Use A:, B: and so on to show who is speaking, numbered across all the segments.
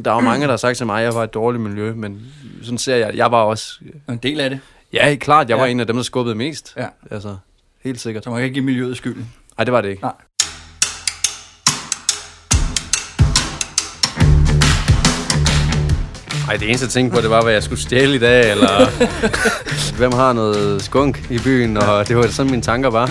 A: der var mange, der har sagt til mig, at jeg var et dårligt miljø, men sådan ser jeg var også...
B: En del af det.
A: Ja, klart, jeg var en af dem, der skubbede mest.
B: Ja.
A: Altså, helt sikkert.
B: Så man kan ikke give miljøet skylden.
A: Nej, det var det ikke.
B: Nej.
A: Ej, det eneste jeg tænkte på, det var, hvad jeg skulle stjæle i dag, eller hvem har noget skunk i byen, og det var sådan, mine tanker var.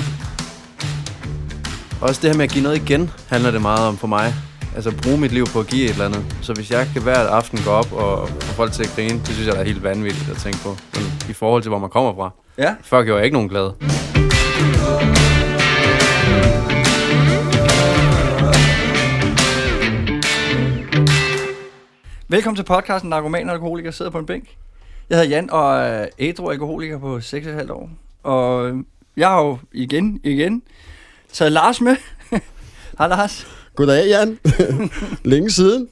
A: Også det her med at give noget igen, handler det meget om for mig. Altså bruge mit liv på at give et eller andet. Så hvis jeg kan hver aften gå op og få folk til at grine, det synes jeg, der er helt vanvittigt at tænke på. Sådan, i forhold til, hvor man kommer fra.
B: Ja.
A: Før gjorde jeg ikke nogen glade.
B: Velkommen til podcasten Narkoman og Alkoholiker sidder på en bænk. Jeg hedder Jan og er ædru alkoholiker på 6,5 år. Og jeg har jo igen taget Lars med. Hej Lars.
C: Goddag Jan. Længe siden.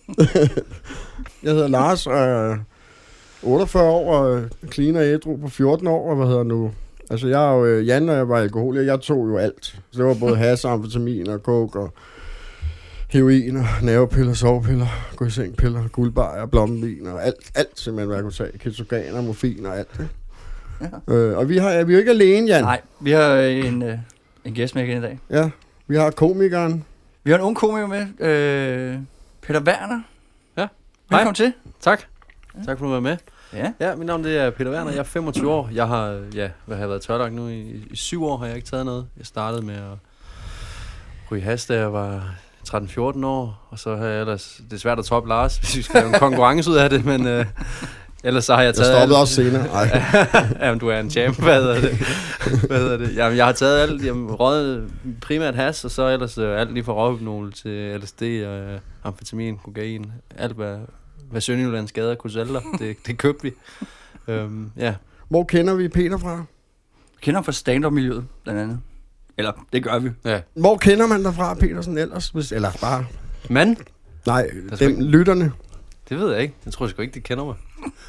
C: Jeg hedder Lars og er 48 år og clean og ædru på 14 år. Og hvad hedder nu? Altså jeg er jo Jan, og jeg var alkoholiker. Jeg tog jo alt. Så det var både hash, amfetamin og coke og heroin og nervepiller, sovepiller, gå i sengpiller, guldbajer, blommevin og alt simpelthen, hvad jeg kunne tage. Ketogener, morfin og alt det. Ja. Og vi er jo ikke alene, Jan.
B: Nej, vi har en gæst med igen i dag.
C: Ja, vi har komikeren.
B: Vi har en ung komiker med, Peter Werner.
A: Ja.
B: Velkommen til.
A: Tak. Ja. Tak for at du var med.
B: Ja.
A: Ja, mit navn det er Peter Werner. Jeg er 25 år. Jeg har, været tørlagt nu i 7 år, har jeg ikke taget noget. Jeg startede med at ryge hash, da jeg var 13-14 år, og så har jeg ellers... Det er svært at toppe Lars, hvis vi skal have en konkurrence ud af det, men ellers så har jeg taget...
C: Jeg stoppede også senere.
A: Jamen, du er en champ. Hvad hedder det? Jamen, jeg har taget alt. Jeg har røget primært hash, og så ellers alt lige fra råhypnol til LSD og amfetamin, kokain. Alt, hvad Sønderjylland skader kunne sælge, det købte vi. Ja.
C: Hvor kender vi Peter fra?
B: Kender ham fra stand-up-miljøet, blandt andet. Eller, det gør vi.
A: Ja.
C: Hvor kender man dig fra, Petersen, ellers? Eller bare...
A: Mand?
C: Nej, lytterne.
A: Det ved jeg ikke. Jeg tror sgu ikke, de kender mig.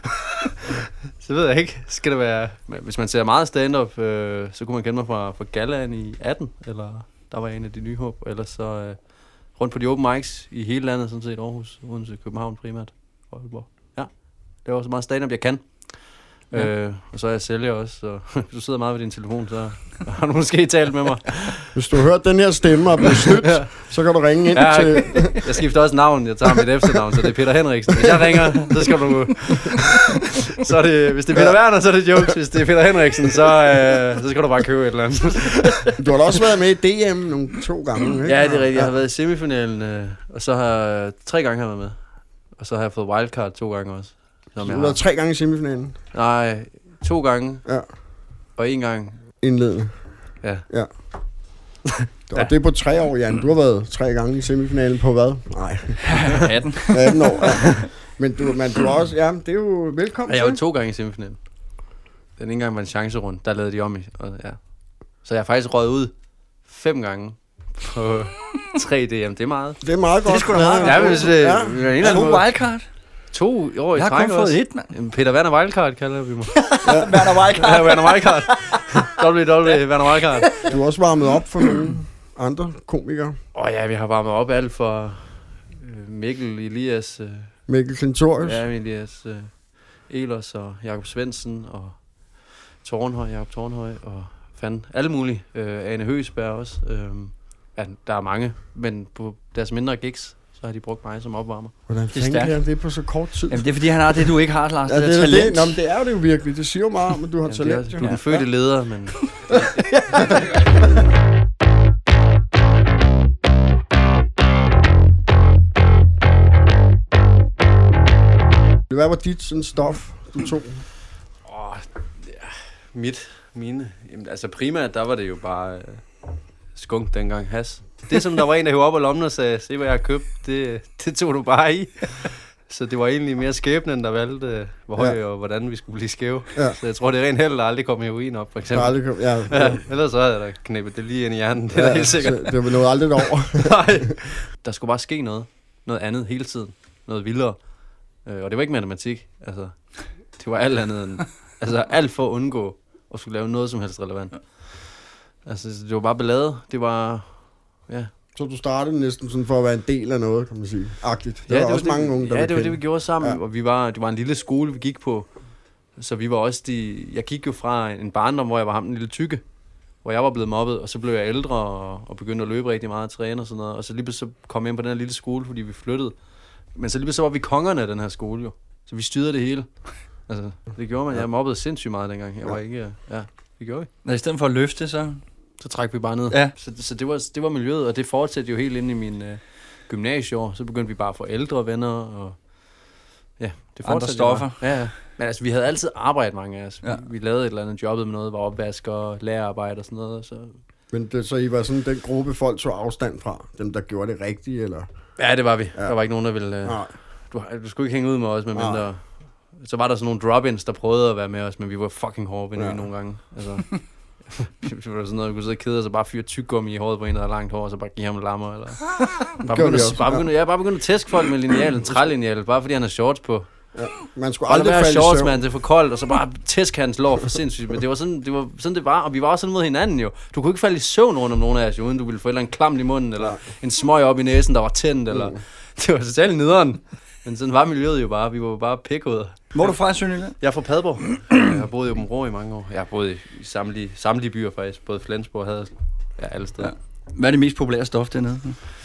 A: Så ved jeg ikke. Skal det være... Hvis man ser meget stand-up, så kunne man kende mig fra Gallaen i 18, eller der var en af de nye håb. Ellers så rundt på de open mics i hele landet, sådan set Aarhus, Odense, København primært. Aalborg. Ja, det er også meget stand-up, jeg kan. Ja. Og så er jeg sælger også, så hvis du sidder meget ved din telefon, så har du måske talt med mig.
C: Hvis du har hørt den her stemme og blevet snydt, så kan du ringe ind til...
A: Jeg skifter også navn, jeg tager mit efternavn, så det er Peter Henriksen. Hvis jeg ringer, så skal du... Så er det, hvis det er Peter Werner, så er det jokes. Hvis det er Peter Henriksen, så skal du bare købe et eller andet.
C: Du har da også været med i DM 2 gange, ikke?
A: Ja, det er rigtigt. Jeg har været i semifinalen, og så har jeg 3 gange været med. Og så har jeg fået wildcard 2 gange også.
C: Så du har været 3 gange i semifinalen?
A: Nej, 2 gange.
C: Ja.
A: Og 1 gang.
C: Indledende.
A: Ja.
C: Og det er på 3 år, Jan. Du har været 3 gange i semifinalen på hvad? Nej. 18 år. Ja. Men du har også... Ja, det er jo velkommen.
A: Jeg var 2 gange i semifinalen. Den ene gang var en chancerunde. Der lavede de om i. Og, ja. Så jeg har faktisk røget ud 5 gange på 3 DM. Det er meget.
C: Det er meget godt.
B: Det er sgu da meget.
A: Ja, hvis det er en eller anden
B: 2 wildcard.
A: 2 år i træk.
B: Jeg har kun fået 1, mand.
A: Peter Werner Wildcard kalder vi mig.
B: Werner Wildcard.
A: Ja, Werner Wildcard. Werner Wildcard.
C: Du har også varmet op for nogle andre komikere.
A: Ja, vi har varmet op alt for Mikkel, Elias.
C: Mikkel Klintorius.
A: Ja, Elias Elers og Jakob Svendsen og Jakob Tornhøj og alle mulige. Ane Høgsberg også. Ja, der er mange, men på deres mindre gigs, så har de brugt mig som opvarmer.
C: Hvordan fanden kan det på så kort tid?
B: Jamen det er fordi han har det du ikke har, Lars.
C: Ja,
B: det er talent.
C: Nå, men det er jo det jo virkelig. Det siger jo meget om, at du har talent.
A: Du er den fødte leder, men...
C: Hvad var dit sådan stof, du tog?
A: Mine. Jamen, altså primært, der var det jo bare skunk dengang, hash. Det som der var en, der hævde op af lommen og sagde, se hvad jeg har købt, det tog du bare i. Så det var egentlig mere skæbnen, der valgte, hvor høj og hvordan vi skulle blive skæve. Ja. Så jeg tror, det er rent held, der aldrig kom heroin op, for eksempel. Ellers så havde jeg da knæppet det lige ind i hjernen, det er helt sikkert.
C: Det var noget aldrig over.
A: Nej, der skulle bare ske noget andet hele tiden. Noget vildere. Og det var ikke matematik. Altså, det var alt andet end... Altså, alt for at undgå at skulle lave noget som helst relevant. Altså, det var bare ballade. Det var... Ja,
C: Så du startede næsten sådan for at være en del af noget, kan man sige. Agtigt.
A: Ja,
C: Der var også mange unge, der
A: ja, det var
C: kendte.
A: det, vi gjorde sammen, og det var en lille skole, vi gik på. Så vi var også jeg gik jo fra en barndom, hvor jeg var ham den lille tykke, hvor jeg var blevet mobbet, og så blev jeg ældre og begyndte at løbe rigtig meget og træne og sådan noget. Og så lige så kom jeg ind på den her lille skole, fordi vi flyttede. Men så lige så var vi kongerne af den her skole jo. Så vi styrede det hele. Altså, det gjorde man. Jeg mobbede sindssygt meget dengang. Jeg var ikke... Ja, det gjorde vi.
B: Når i stedet for at løfte, så
A: træk vi bare ned.
B: Ja.
A: Så det var miljøet, og det fortsatte jo helt ind i min gymnasieår. Så begyndte vi bare at få ældre venner, og ja, det
B: andre
A: fortsatte
B: stoffer.
A: Ja. Men altså, vi havde altid arbejdet, mange af os.
B: Ja.
A: Vi lavede et eller andet jobbet med noget, var opvasker, lærerarbejde og sådan noget. Så...
C: Men så I var sådan den gruppe, folk tog afstand fra? Dem, der gjorde det rigtige, eller?
A: Ja, det var vi.
C: Ja.
A: Der var ikke nogen, der ville...
C: Nej.
A: Du skulle ikke hænge ud med os, med mindre... Så var der sådan nogle drop-ins, der prøvede at være med os, men vi var fucking hårde ved nogle gange. Altså, det var sådan noget, vi kunne sidde og kede os og bare fyre tyggegummi i håret på en, der har langt hår, og så bare give ham en lammer. Eller... bare begynde at tæske folk med lineal, en trælineal, bare fordi han har shorts på.
C: Ja. Man skulle aldrig falde i
A: shorts,
C: søvn.
A: man, det er for koldt, og så bare tæsk hans lår for sindssygt. Men det var sådan det var, og vi var også sådan mod hinanden jo. Du kunne ikke falde i søvn rundt om nogen af os, uden du ville få et eller andet klamt i munden, eller en smøg op i næsen, der var tændt, eller... Det var totalt nederen. Men sådan var miljøet jo bare. Vi var bare pikhoveder.
B: Hvor er du fra, Sønderjylland?
A: Jeg er fra Padborg. Jeg har boet i Aabenraa i mange år. Jeg har boet i samtlige byer faktisk. Både Flensborg og Haderslev. Ja, alle steder. Ja.
B: Hvad er det mest populære stof dernede?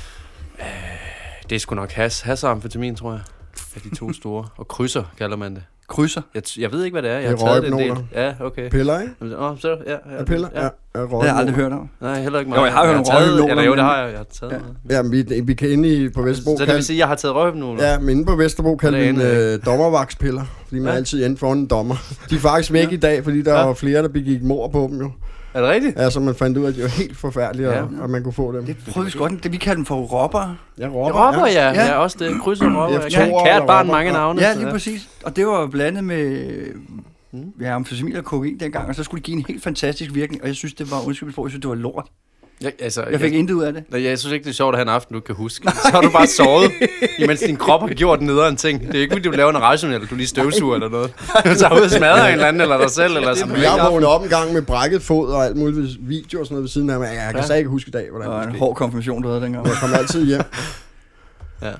A: Det er sgu nok has og amfetamin, tror jeg. Af de to store. Og krydser, kalder man det.
B: Krydser?
A: Jeg ved ikke, hvad det er. Jeg
C: Det er
A: har taget det en del.
C: røghypnoter.
A: Ja, okay.
C: Piller, ikke?
A: Så,
C: Ja, piller? Ja.
B: Det har jeg aldrig hørt om.
A: Nej, heller ikke meget.
B: Jo, jeg har hørt nogle røghypnoter.
A: Eller jo, det har jeg. Jeg har taget noget.
C: Ja, men vi kan inde på Vesterbro...
A: Så det vil sige, at jeg har taget røghypnoter?
C: Ja, men inde på Vesterbro kalder vi dommervakspiller, fordi man altid endte foran en dommer. De er faktisk væk i dag, fordi der var flere, der begik mord på dem jo.
A: Er det rigtigt?
C: Ja, så man fandt ud af, at de var helt forfærdelige, at man kunne få dem.
B: Det prøver vi sgu godt. Det vi kalder dem for robber.
C: Ja,
A: robber, ja. Ja, også det. Krydser robber.
C: F2'er
A: Kært barn,
C: robber.
A: mange navne.
B: Ja, lige præcis. Og det var blandet med amfetamin og kokain dengang, og så skulle det give en helt fantastisk virkning, og jeg synes, det var det var lort. Jeg fik intet ud af det.
A: Jeg synes ikke, det er sjovt at have en aften, du kan huske. Så har du bare sovet, imens din krop har gjort nederen ting. Det er ikke, fordi du laver en rationel, du lige støvsuger eller noget. Du tager ud og smadrer en eller anden, eller dig selv. Eller sådan.
C: Jeg vågnede op en gang med brækket fod og alt muligt video og sådan noget ved siden af mig. Jeg kan så ikke huske i dag, hvordan det
B: skete. En hård konfirmation, du havde dengang.
C: Jeg kom altid hjem.
A: Ja.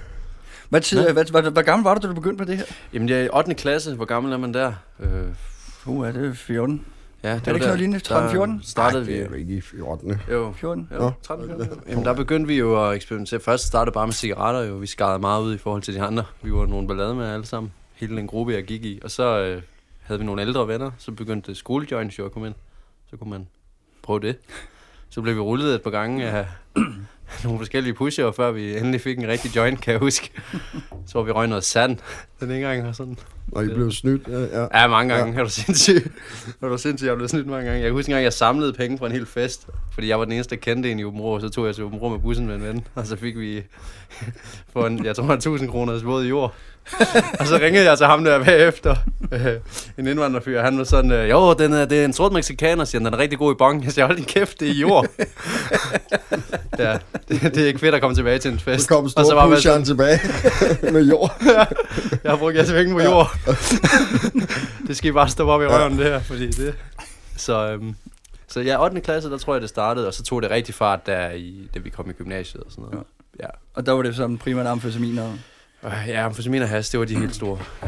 B: Hvad gammel var du, da du begyndte på det her?
A: Jamen, jeg er i 8. klasse. Hvor gammel er man der?
B: Er det 14?
A: Ja, det
B: er det ikke noget lignende? 13-14?
A: Startede vi.
C: Det er ikke i 14.
A: Jo.
B: 14?
A: Jo, 13-14. Jamen, der begyndte vi jo at eksperimentere. Først startede bare med cigaretter jo. Vi skarede meget ud i forhold til de andre. Vi var nogle ballade med alle sammen. Hele den gruppe, jeg gik i. Og så havde vi nogle ældre venner. Så begyndte skolejoints jo at komme ind. Så kunne man prøve det. Så blev vi rullet et par gange af nogle forskellige pusher, før vi endelig fik en rigtig joint, kan jeg huske. Så var vi røg noget sand den ene gang og sådan.
C: Og I blev snydt?
A: Ja, mange gange. Er du sindssygt? Jeg blev snydt mange gange. Jeg kan huske en gang, jeg samlede penge fra en hel fest, fordi jeg var den eneste, der kendte en i Aabenraa. Så tog jeg til Aabenraa med bussen med en ven, og så fik vi for jeg tror 1000 kroners våd jord. Og så ringede jeg til ham der bagefter. En indvandrerfyr. Han var sådan, det er en sort mexikaner, siger han. Den er rigtig god i bong. Jeg siger, hold din kæft, det er i jord. Ja, det er ikke fedt at komme tilbage til en fest.
C: Så kom store pusheren tilbage med jord.
A: Jeg har brugt jeres penge på jord. Det skal I bare stå op i røven, det her. Fordi det. Så ja, 8. klasse, der tror jeg, det startede. Og så tog det rigtig fart, da vi kom i gymnasiet og sådan noget. Ja.
B: Og der var det sådan primært amfetamin og...
A: Ja, amfetamin og has, det var de helt store. Ja.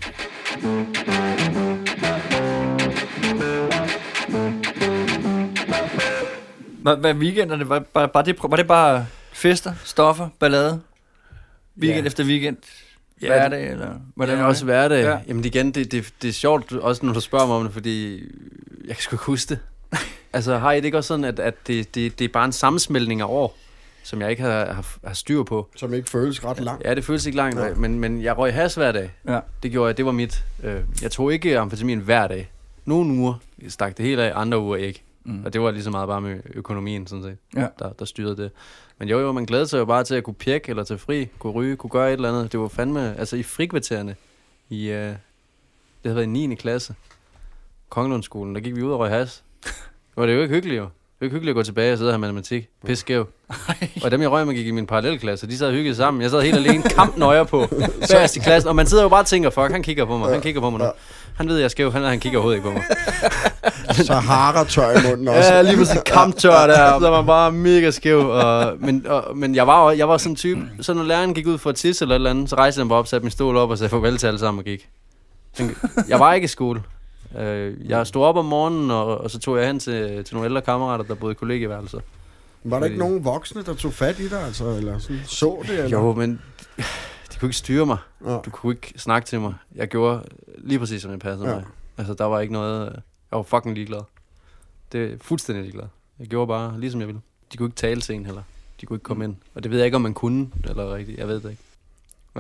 B: Hvad weekenderne? Var det bare fester, stoffer, ballade? Weekend efter weekend? Hverdag, eller hvordan?
A: Ja, også hverdag. Ja. Jamen igen, det er sjovt, også når du spørger mig om det, fordi jeg kan sgu ikke huske det. Altså, har I det ikke også sådan, at det er bare en sammensmeltning af år, som jeg ikke har styr på?
C: Som ikke føles ret langt.
A: Ja, det føles ikke langt, ja. men jeg røg has hver dag. Ja. Det gjorde jeg, det var mit. Jeg tog ikke amfetamin hver dag. Nogle uger stak det helt af, andre uger ikke. Og det var lige så meget bare med økonomien, sådan set, der styrede det. Men jo, man glædede sig jo bare til at kunne pjekke eller tage fri, kunne ryge, kunne gøre et eller andet. Det var fandme, altså i frikvartererne, det havde været i 9. klasse, Kongelundsskolen, der gik vi ud og røg has. Det var jo ikke hyggeligt jo. Det er ikke hyggeligt at gå tilbage og sidde her med matematik. Pisse skæv. Og dem, jeg røg med, gik i min parallelklasse, de sad og hyggede sammen. Jeg sad helt alene, kampnøjer på, bagerst i klassen. Og man sidder jo bare og tænker, fuck, han kigger på mig, nu. Han ved, jeg er skæv, han kigger overhovedet ikke på mig.
C: Sahara-tør i munden også.
A: Ja, lige præcis kamptør der. Så var bare mega skæv. Men jeg var sådan en type, så når læreren gik ud for at tisse eller et eller andet, så rejste han bare op, satte min stol op og sagde farvel til alle sammen og gik. Jeg var ikke i skole. Jeg stod op om morgenen, og så tog jeg hen til nogle ældre kammerater, der boede i kollegieværelser.
C: Var der ikke nogen voksne, der tog fat i dig, altså, eller sådan, så det? Eller?
A: Jo, men de kunne ikke styre mig.
C: Ja.
A: Du kunne ikke snakke til mig. Jeg gjorde lige præcis, som det passede mig. Altså, der var ikke noget... Jeg var fucking ligeglad. Det er fuldstændig ligeglad. Jeg gjorde bare, ligesom jeg ville. De kunne ikke tale til en heller. De kunne ikke komme ind. Og det ved jeg ikke, om man kunne, eller rigtigt. Jeg ved det ikke. Ja.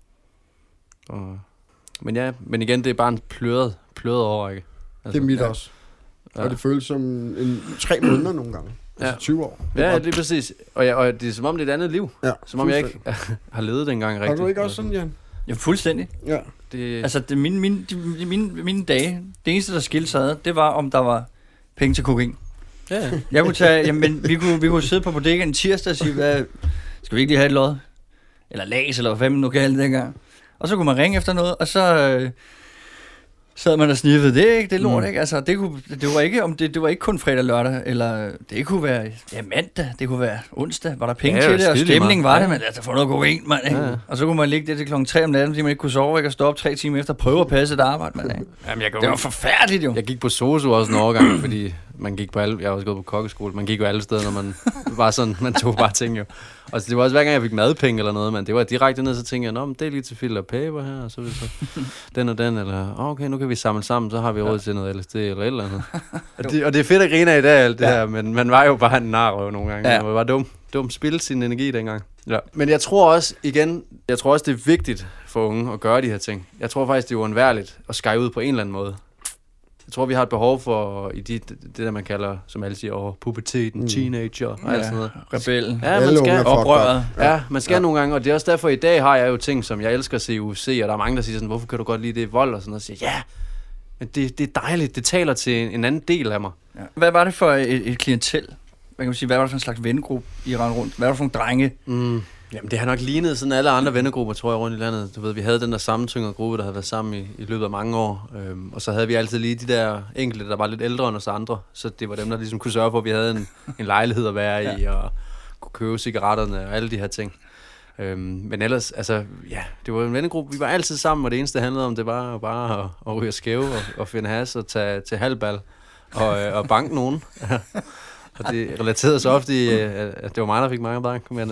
A: Men igen, det er bare en pløret overrække. Altså,
C: Det er mit også.
A: Ja.
C: Og det føles som 3 måneder nogle gange. Altså 20 år.
A: Ja, lige præcis. Og det er som om, det er et andet liv.
C: Ja,
A: som om jeg ikke har levet dengang rigtigt.
C: Har du ikke også sådan, Jan?
B: Ja, fuldstændig.
C: Ja.
B: Altså, mine dage, det eneste, der skilte sig ad, det var, om der var penge til kokain.
A: Ja.
B: Jeg kunne tage, jamen, vi kunne sidde på bodegaen en tirsdag og sige, skal vi ikke lige have et lod? Eller las, eller hvad man nu kaldte det dengang. Og så kunne man ringe efter noget, og så sad man og sniffede det, ikke? Det lort, ikke? Altså, det var ikke, det var ikke kun fredag, lørdag, eller det kunne være mandag, det kunne være onsdag, var der penge til det, og stemning var det, men altså, få noget kokain, mand, ikke? Ja. Og så kunne man ligge det til klokken 3 om natten, fordi man ikke kunne sove, ikke? Og stå op 3 timer efter, prøve at passe et arbejde, mand, ikke? Jamen, det var forfærdeligt, jo.
A: Jeg gik på SOSU også en overgang, fordi man gik på alle, jeg har også gået på kokkeskole, man gik jo alle steder, når man var sådan, man tog bare ting jo. Og så det var også hver gang jeg fik madpenge eller noget, men det var direkte ned, så tænkte jeg, nå, men det er lige til Philip Paper her, og så vil så den og den, eller okay, nu kan vi samle sammen, så har vi råd til noget LSD eller et eller andet. Og det er fedt at grine af i dag, alt det her, men man var jo bare en narrøv nogle gange. Man var dum, spildte sin energi dengang. Ja. Men jeg tror også, det er vigtigt for unge at gøre de her ting. Jeg tror faktisk, det er uundværligt at skære ud på en eller anden måde. Jeg tror, vi har et behov for, i det der, man kalder, som alle siger, puberteten, teenager og alt sådan noget.
B: Rebellen.
A: Ja, man skal
B: oprøret.
A: Ja, man skal nogle gange, og det er også derfor, i dag har jeg jo ting, som jeg elsker at se i UFC, og der er mange, der siger sådan, hvorfor kan du godt lide det vold og sådan noget, og siger, ja, men det er dejligt, det taler til en anden del af mig.
B: Ja. Hvad var det for et klientel? Hvad kan man sige, hvad var det for en slags vennegruppe, I rendte rundt? Hvad var det for nogle drenge?
A: Jamen, det har nok lignet sådan alle andre vennegrupper, tror jeg, rundt i landet. Du ved, vi havde den der sammentyngede gruppe, der havde været sammen i løbet af mange år. Og så havde vi altid lige de der enkelte, der var lidt ældre end os andre. Så det var dem, der ligesom kunne sørge for, at vi havde en lejlighed at være i, og kunne købe cigaretterne og alle de her ting. Men ellers, altså, ja, det var en vennegruppe. Vi var altid sammen, og det eneste, det handlede om, det var bare at ryge skæve og finde has og tage til halvbal og banke nogen. Og det relaterede så ofte i, at det var mig, der fik mange bank, men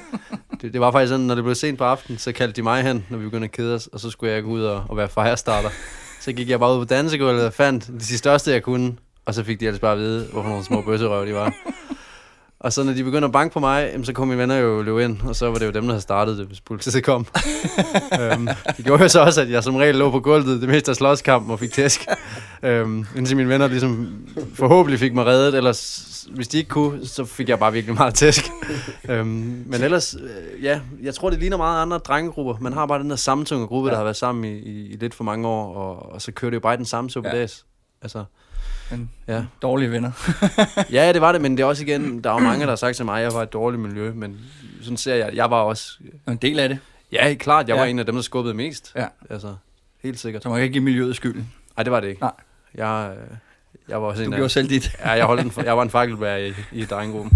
A: det var faktisk sådan, når det blev sent på aftenen, så kaldte de mig hen, når vi begyndte at kede os, og så skulle jeg gå ud og være firestarter. Så gik jeg bare ud på dansegulvet og fandt de største, jeg kunne, og så fik de ellers bare at vide, hvorfor nogle små bøsserøv de var. Og så når de begyndte at banke på mig, så kom mine venner jo løbe ind, og så var det jo dem, der havde startet det, hvis politiet kom. Det gjorde jo så også, at jeg som regel lå på gulvet det meste af slåskampen og fik tæsk. Indtil mine venner ligesom forhåbentlig fik mig reddet, ellers hvis de ikke kunne, så fik jeg bare virkelig meget tæsk. Men ellers, ja, jeg tror, det ligner meget andre drengegrupper. Man har bare den der sammentunge gruppe, der har været sammen i lidt for mange år, og så kører det jo bare i den samme suppedags. Altså,
B: dårlige venner.
A: Ja, det var det, men det er også igen, der er jo mange, der har sagt til mig, at jeg var et dårligt miljø, men sådan ser jeg var også...
B: En del af det.
A: Ja, klart, jeg var en af dem, der skubbede mest. Ja. Altså, helt sikkert.
B: Så man kan ikke give miljøet skylden.
A: Nej, det var det ikke.
B: Nej.
A: Jeg var også
B: du gjorde selv dit.
A: Ja, jeg var en fakkelbær i drengegruppen.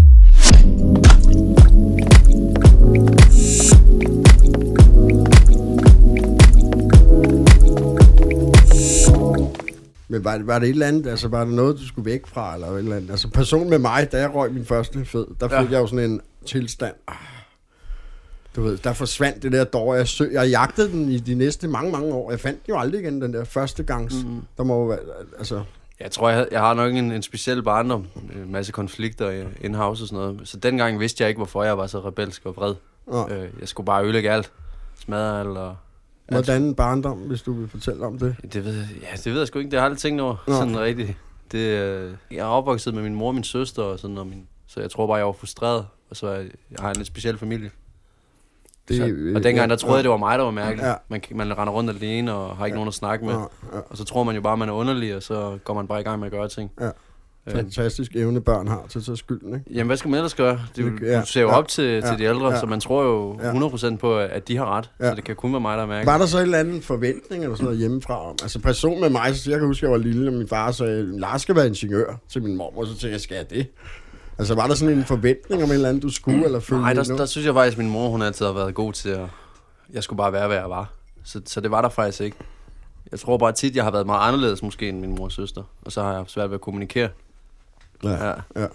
C: Men var det et eller andet, altså var det noget, du skulle væk fra, eller et eller andet? Altså person med mig, da jeg røg min første fed, der fik jeg jo sådan en tilstand. Du ved, der forsvandt det der dår. Jeg jagtede den i de næste mange år. Jeg fandt den jo aldrig igen, den der første gangs. Der må jo være, altså...
A: Jeg tror, jeg har nok en speciel barndom. En masse konflikter in-house og sådan noget. Så dengang vidste jeg ikke, hvorfor jeg var så rebelsk og vred. Jeg skulle bare ødelægge alt. Smadre alt og...
C: Hvordan en barndom, hvis du vil fortælle om det?
A: Det ved jeg sgu ikke. Det har jeg aldrig tænkt over. Sådan rigtigt. Jeg er opvokset med min mor og min søster og sådan, så jeg tror bare, jeg var frustreret. Og så jeg har en lidt speciel familie. Og dengang, der troede jeg, det var mig, der var mærkeligt. Ja. Man render rundt alene og har ikke nogen at snakke med. Og så tror man jo bare, man er underlig, og så går man bare i gang med at gøre ting. Ja.
C: Fantastisk evne, børn har til at tage skylden, ikke?
A: Jamen, hvad skal man ellers gøre? Du ser jo op til de ældre, så man tror jo 100% på, at de har ret. Ja. Så det kan kun være mig, der mærker.
C: Var der så en eller anden forventning eller sådan noget hjemmefra? Altså, person med mig, så jeg kan huske, at jeg var lille, og min far sagde, Lars skal være ingeniør til min mor, og så tænkte jeg, skal jeg det? Altså, var der sådan en forventning om en eller anden, du skulle, eller følge?
A: Nej, der synes jeg faktisk, at min mor, hun altid har været god til at... Jeg skulle bare være, hvad jeg var. Så det var der faktisk ikke. Jeg tror bare tit, jeg har været meget anderledes måske end min mors søster. Og så har jeg haft svært ved at kommunikere. Ja.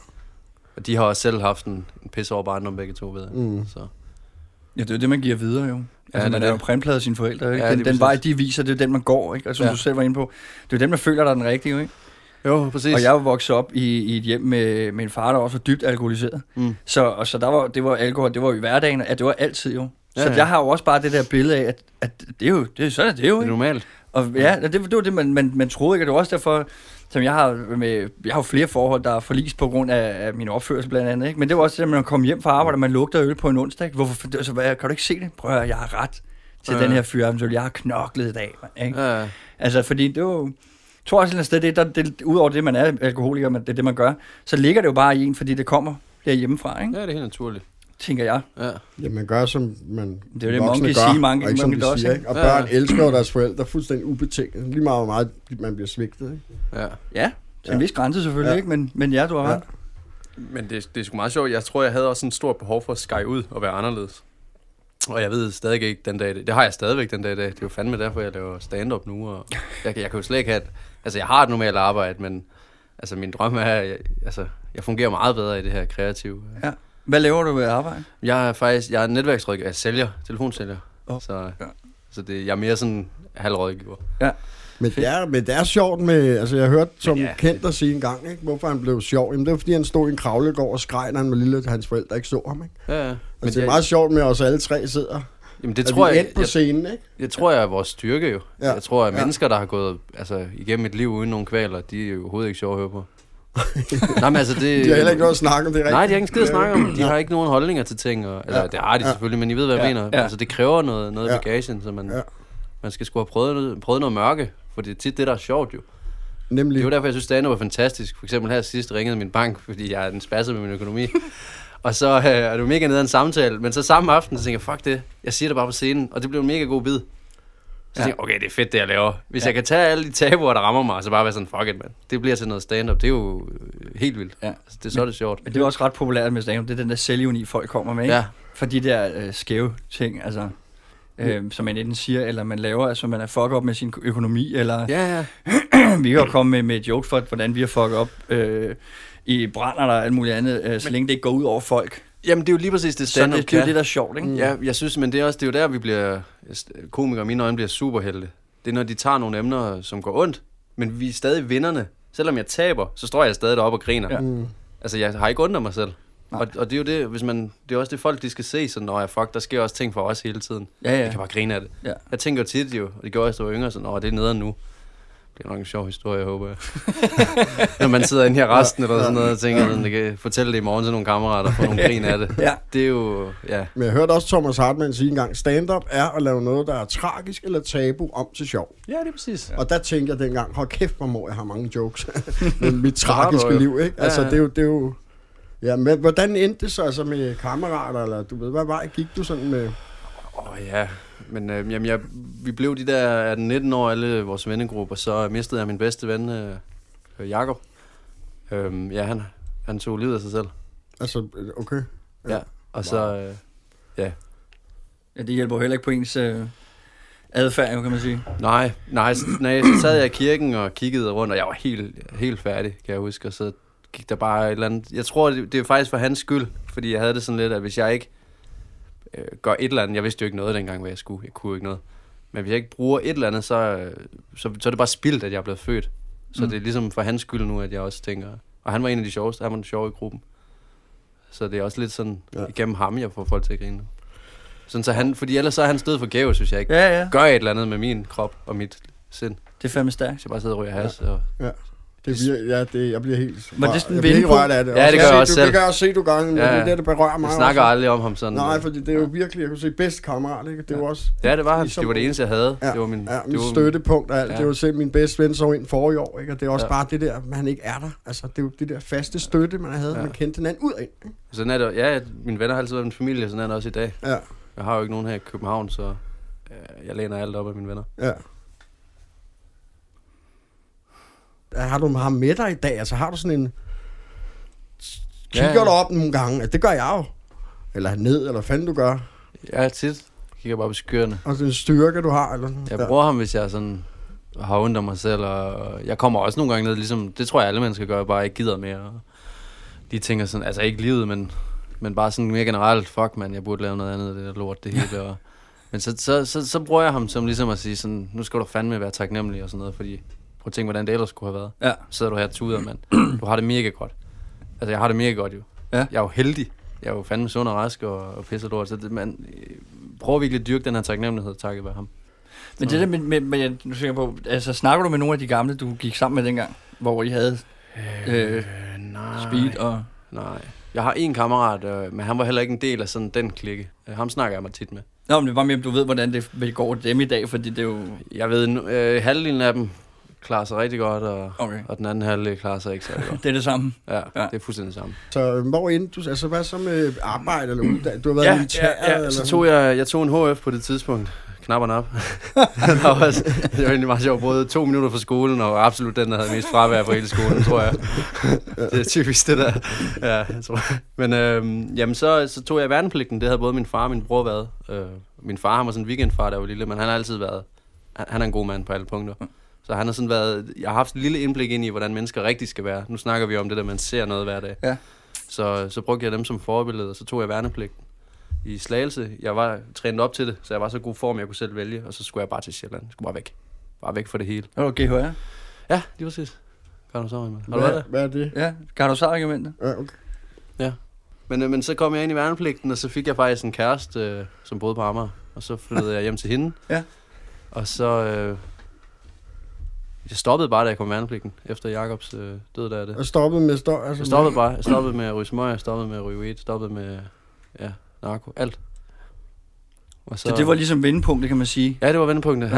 A: Og de har også selv haft en pisse over barndom begge to, ved jeg. Så.
B: Ja, det er det, man giver videre jo. Altså, man er jo printpladet af sine forældre, ikke?
A: Ja,
B: den vej, de viser, det er den, man går, ikke? Altså, som du selv var inde på. Det er den, man føler, der er den rigtige, jo, ikke?
A: Jo, præcis.
B: Og jeg var vokset op i et hjem med en far, der også var dybt alkoholiseret. Så det var alkohol, det var i hverdagen, at det var altid jo. Så jeg har jo også bare det der billede af, at det er jo, sådan er det jo, ikke?
A: Det er normalt.
B: Og ja, det var det, man troede ikke, og det var også derfor, som jeg har jo flere forhold, der er forlist på grund af min opførsel blandt andet, ikke? Men det var også det, at man kom hjem fra arbejde, og man lugter øl på en onsdag. Hvorfor? Altså, kan du ikke se det? Prøv at høre, jeg har ret til den her fyr, jeg har knoklet i dag, ikke? Ja. Altså, fordi det var... Jeg tror også et sted, det udover det, man er alkoholiker, det er det, man gør, så ligger det jo bare i en, fordi det kommer derhjemmefra, ikke?
A: Ja, det er helt naturligt.
B: Tænker jeg.
C: Ja, man gør, som man
B: det er det, mange kan sige, mange
C: og ikke som de siger,
B: ikke?
C: Og børn elsker jo deres forældre fuldstændig ubetinget. Lige meget, hvor meget man bliver svigtet, ikke?
B: Ja, til en vis grænse selvfølgelig, ikke? Men ja, du har ret.
A: Men det er sgu meget sjovt. Jeg tror, jeg havde også en stor behov for at skære ud og være anderledes. Og jeg ved stadig ikke den dag. Det har jeg stadigvæk den dag i dag. Det er jo fandme derfor, jeg laver stand-up nu. Og jeg kan jo slet ikke have... Altså, jeg har et normalt arbejde, men altså, min drøm er, at jeg fungerer meget bedre i det her kreative.
B: Ja. Hvad laver du ved arbejde?
A: Jeg er netværksrådgiver. Jeg sælger, telefonsælger. Så jeg er mere sådan halvrådgiver. Ja.
C: Men det er sjovt med, altså jeg har hørt Tom Kenter sige en gang, ikke, hvorfor han blev sjov. Jamen det var fordi han stod i en kravlegård og skreg, når han var lille, at hans forældre ikke så ham, ikke? Ja. Men det er meget sjovt med os alle tre sidder.
A: Jamen det tror jeg
C: på scenen, ikke?
A: Jeg tror jeg er vores styrke jo. Ja. Jeg tror at mennesker, der har gået igennem et liv uden nogen kvaler, de er jo overhovedet ikke sjove at høre på. Nej, men altså det...
C: De har heller ikke noget at snakke om det rigtigt.
A: Nej, de har ikke skid at snakke om. De har ikke nogen holdninger til ting. Eller det har de selvfølgelig, men I ved, hvad jeg mener. Altså det kræver noget i bagagen, så man skal sgu have prøvet noget mørke. For det er tit det, der er sjovt jo. Nemlig. Det er jo derfor, jeg synes, stand-up er fantastisk. For eksempel her sidst ringede min bank, fordi jeg er den spasset med min økonomi. Og så er det jo mega nede en samtale. Men så samme aften, så tænker jeg, fuck det. Jeg siger det bare på scenen, og det blev en mega god bid. Så tænker jeg, okay, det er fedt, det jeg laver. Hvis jeg kan tage alle de tabuer, der rammer mig, så bare være sådan, fuck it, man. Det bliver til noget stand-up. Det er jo helt vildt. Ja. Altså, det er det sjovt.
B: Men det er også ret populært med stand-up. Det er den der selvjuni, folk kommer med, ikke? Ja. For de der skæve ting, altså... som man enten siger, eller man laver, altså man er fuck op med sin økonomi, eller vi kan jo komme med jokes for, hvordan vi har fuck op i brænder og alt muligt andet, så længe det ikke går ud over folk.
A: Jamen det er jo lige præcis det stand-up.
B: Det er jo det, der er sjovt, ikke?
A: Ja, jeg synes, men det er jo der, vi bliver, komikere i mine øjne bliver superhelte. Det er, når de tager nogle emner, som går ondt, men vi er stadig vinderne. Selvom jeg taber, så står jeg stadig deroppe og griner. Ja. Altså, jeg har ikke ondt af mig selv. Og det er jo det, det er også det folk, de skal se, sådan, fuck, der sker også ting for os hele tiden. Jeg kan bare grine af det. Ja. Jeg tænker jo tit jo, og det gjorde jeg, da jeg var yngre, sådan, det er nederen nu. Det er nok en sjov historie, håber jeg. Når man sidder inde her resten eller sådan noget, og tænker, at det kan fortælle det i morgen til nogle kammerater, og få nogle grin af det. Det er jo,
C: Men jeg hørte også Thomas Hartmann sige engang, stand-up er at lave noget, der er tragisk eller tabu om til sjov.
A: Ja, det er præcis.
C: Og der tænker jeg dengang, hold kæft, hvor må jeg have mange jokes. med mit tragiske liv, ikke? Altså, det er jo... Ja, men hvordan endte det så altså med kammerater, eller du ved, hvad vej gik du sådan med?
A: Men vi blev de der 18-19 år, alle vores vennegrupper, så mistede jeg min bedste ven, Jakob. Han tog livet af sig selv.
C: Altså, okay.
A: Ja, og så,
B: Ja, det hjælper jo heller ikke på ens adfærd, kan man sige.
A: Nej, så sad jeg i kirken og kiggede rundt, og jeg var helt færdig, kan jeg huske, og så gik der bare et eller andet... Jeg tror, det er faktisk for hans skyld, fordi jeg havde det sådan lidt, at hvis jeg ikke gør et eller andet... Jeg vidste jo ikke noget dengang, hvad jeg skulle. Jeg kunne ikke noget. Men hvis jeg ikke bruger et eller andet, så er det bare spildt, at jeg er blevet født. Så det er ligesom for hans skyld nu, at jeg også tænker... Og han var en af de sjoveste. Han var den sjove i gruppen. Så det er også lidt sådan... Igennem ham, jeg får folk til at grine. Sådan, så fordi ellers så er han stød forgæves, hvis jeg ikke gør et eller andet med min krop og mit sind.
B: Det er fandme stærkt.
A: Så jeg bare sidder og ryger has og...
C: Jeg bliver helt...
B: Var det sådan en
C: jeg bliver helt
B: vendepunkt?
C: rørt af det.
A: Ja, det gør jeg også selv.
C: Det gør jeg også se du gange, men det er det, der berører mig.
A: Jeg snakker
C: også.
A: aldrig om ham sådan.
C: Nej, fordi det er jo virkelig, jeg kunne se, bedste kammerat, ikke? Det var også...
A: Ja, det var han.
C: ligesom-
A: Det var det eneste, jeg havde.
C: Ja,
A: Det var min,
C: mit støttepunkt og alt.
A: Ja.
C: Det var selv min bedste ven, så ind forrige år, ikke? Og det er også
A: Ja.
C: bare det der, at han ikke er der. Altså, det er jo det der faste støtte, man havde.
A: Ja.
C: Man kendte hinanden ud af. Ikke?
A: Sådan er det. Ja, mine venner har altid været min familie, sådan er det også i dag.
C: Ja,
A: Jeg har jo ikke nogen her i København, så jeg læner alt op af mine venner.
C: ja. Har du ham med dig i dag? Altså, har du sådan en... Kigger du op nogle gange? Altså, det gør jeg jo. Eller ned, eller hvad fanden du gør.
A: Jeg tit kigger bare på skyerne.
C: Og den styrke, du har. Eller sådan.
A: Jeg bruger ham, hvis jeg sådan har ondt af mig selv, og jeg kommer også nogle gange ned, ligesom, det tror jeg alle mennesker gør, bare ikke gider mere. Og de tænker sådan, altså ikke livet, men bare sådan mere generelt, fuck man, jeg burde lave noget andet, det der lort, det hele. Og, men så bruger jeg ham som ligesom at sige sådan, nu skal du fandme være taknemmelig og sådan noget, fordi prøv at tænke, hvordan det ellers skulle have været.
B: Ja.
A: Så sidder du her tuder, mand. Du har det mega godt. Altså jeg har det mega godt jo.
B: Ja.
A: Jeg er jo heldig. Jeg er jo fandme sund og rask og pisser lort, så det, man prøver virkelig at dyrke den her taknemmelighed, takket være ham.
B: Men det der med jeg nu tænker på, altså snakker du med nogle af de gamle, du gik sammen med dengang, hvor I havde
A: nej.
B: speed og...
A: Nej. Jeg har en kammerat, men han var heller ikke en del af sådan den klikke. Ham snakker jeg mig tit med.
B: Nå, men det var mere, du ved, hvordan det går dem i dag, fordi det er jo...
A: Jeg ved, halvdelen af dem klarer sig rigtig godt,
B: Okay.
A: og den anden halvdel klarer sig ikke så godt.
B: Det er det samme.
A: Ja,
B: Ja.
A: det er fuldstændig samme.
C: Så hvor end du... Altså, hvad så med arbejde eller uddannelse? Du har været i militæret, eller
A: så
C: sådan?
A: tog jeg tog en HF på det tidspunkt. Knapperne op. Det var egentlig meget sjovt. Jeg brugte 2 minutter fra skolen, og absolut den, der havde mest fravær på hele skolen, tror jeg. Det er typisk det der. Ja, jeg tror. Men jamen, så tog jeg værnepligten. Det havde både min far og min bror været. Min far, han var sådan en weekendfar, der var lille, men han har altid været... Han er en god mand på alle punkter. Så han har sådan været... Jeg har haft et lille indblik ind i, hvordan mennesker rigtig skal være. Nu snakker vi om det der, man ser noget hver dag.
B: Ja.
A: Så brugte jeg dem som forbillede, og så tog jeg værnepligten i Slagelse. Jeg var trænet op til det, så jeg var så god form, jeg kunne selv vælge, og så skulle jeg bare til Sjælland. Jeg skulle bare væk. Bare væk fra det hele.
B: Er du GHR?
A: Ja, lige præcis. Har du været der?
C: Hvad er det?
B: Ja, Gardosar-argumentet.
C: Ja, okay.
A: Ja. Men så kom jeg ind i værnepligten, og så fik jeg faktisk en kæreste, som boede på Amager. Og så flyttede jeg hjem til hende.
B: Ja.
A: Og så... jeg stoppede bare, da jeg kom i værnepligten, efter Jakobs død der. Det.
C: Og stoppede med altså,
A: Jeg stoppede bare. Jeg stoppede med at ryge smøg, jeg stoppede med at ryge weed, stoppede med narko, alt. Og
B: Så det var ligesom vendepunktet, kan man sige.
A: Ja, det var vendepunktet.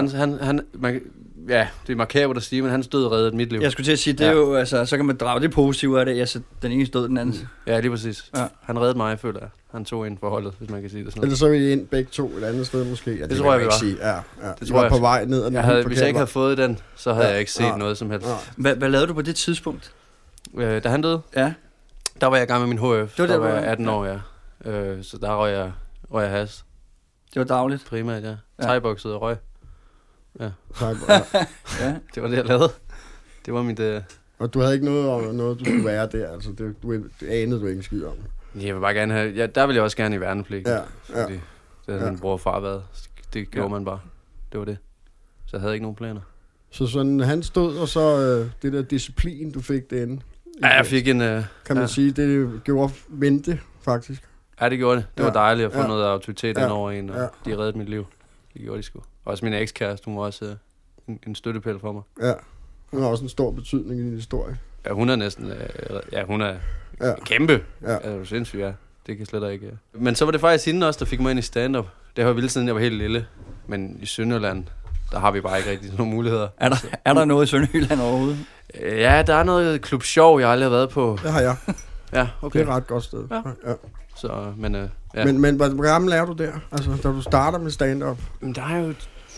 A: Ja, det er makabert at sige, men hans død reddede mit liv.
B: Jeg skulle til at sige, det er jo, altså, så kan man drage det positive af det, altså den ene stod den anden.
A: Ja, lige præcis.
B: Ja.
A: Han reddede mig, føler jeg. Han tog ind for holdet, hvis man kan sige det sådan.
C: Eller så er vi ind begge to et andet sted måske. Ja,
A: det tror jeg, vi var.
C: Sige. Ja.
A: Det
C: Det
A: tror
C: var
A: jeg.
C: på vej ned ad den
A: Hvis jeg ikke havde fået den, så havde jeg ikke set noget som helst.
B: Hvad lavede du på det tidspunkt?
A: Da han døde,
B: Ja.
A: der var jeg i gang med min HF.
B: Det var
A: der
B: der,
A: var
B: hvor-
A: jeg 18 år, ja. Så der røg jeg has.
B: Det var dagligt.
A: Primært, ja.
B: Ja.
A: Thai-bokset og røg.
C: Ja.
B: Ja.
A: Det var det, jeg lavede. Det var mit...
C: Og du havde ikke noget du skulle være der, altså det anede du ikke en skid om.
A: Jeg vil bare gerne have... Ja, der ville jeg også gerne i værnepligt.
C: Ja, ja.
A: Fordi det havde min bror og far været. Det gjorde man bare. Det var det. Så jeg havde ikke nogen planer.
C: Så sådan, han stod, og så det der disciplin, du fik derinde.
A: Ja, jeg fik en...
C: Kan man sige, det gjorde vente, faktisk.
A: Ja, det gjorde det. Det var dejligt at få
C: Ja.
A: noget autoritet ind over en, og
C: Ja.
A: de reddede mit liv. Det gjorde de sgu. Også min ekskæreste, hun var også en støttepæl for mig.
C: Ja. Hun har også en stor betydning i din historie.
A: Ja, hun er næsten... hun er
C: Ja.
A: kæmpe.
C: Ja.
A: Ja, det er sindssygt, ja. Det kan slet ikke... Men så var det faktisk hende også, der fik mig ind i stand-up. Det har vildt siden jeg var helt lille. Men i Sønderjylland, der har vi bare ikke rigtig nogen muligheder.
B: Er der noget i Sønderjylland overhovedet?
A: Ja, der er noget klub sjov, jeg aldrig har været på.
C: Det har jeg.
A: Ja, okay.
C: Det er et ret godt sted.
A: Ja.
C: Ja.
A: Så, men, ja.
C: Men hvor gammel er du der? Altså, da du starter med stand-up?
A: Men der er jo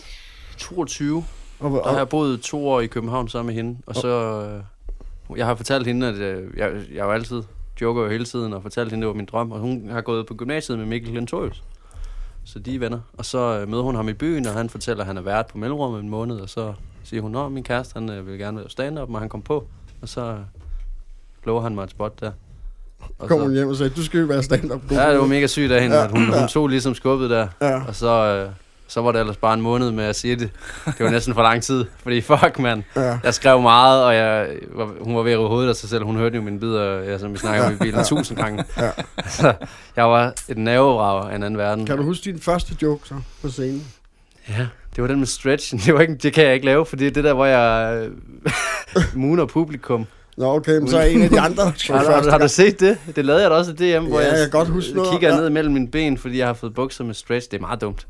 A: 22.
C: Og,
A: Der har jeg boet 2 år i København sammen med hende. Og så... jeg har fortalt hende, at jeg jo altid joker jo hele tiden, og fortalt hende, det var min drøm. Og hun har gået på gymnasiet med Mikkel Lentorius. Så de er venner. Og så møder hun ham i byen, og han fortæller, at han er vært på Mellemrum en måned. Og så siger hun, at min kæreste, han vil gerne være stand-up, og han kom på. Og så lover han mig et spot der. Og
C: kom
A: så,
C: hun hjem og sagde, du skal jo være stand-up.
A: ja, det var mega sygt af hende,
C: Ja,
A: at hun tog ligesom skubbet der.
C: Ja.
A: Og så var det ellers bare en måned med at sige det. Det var næsten for lang tid, fordi fuck, mand.
C: Ja.
A: Jeg skrev meget, og hun var ved at rive hovedet af sig selv. Hun hørte jo mine bidder, som vi snakker om i bilen 1000 gange.
C: Ja.
A: Så jeg var et nervevrag af en anden verden.
C: Kan du huske din første joke så på scenen?
A: Ja, Det var den med stretchen. Det kan jeg ikke lave, fordi det er det der, hvor jeg mooner publikum.
C: Nå, okay, men så er en af de andre.
A: Har du set det? Det lavede jeg da også i DM, hvor
C: jeg kan godt huske noget.
A: Kigger ned mellem mine ben, fordi jeg har fået bukser med stretch. Det er meget dumt.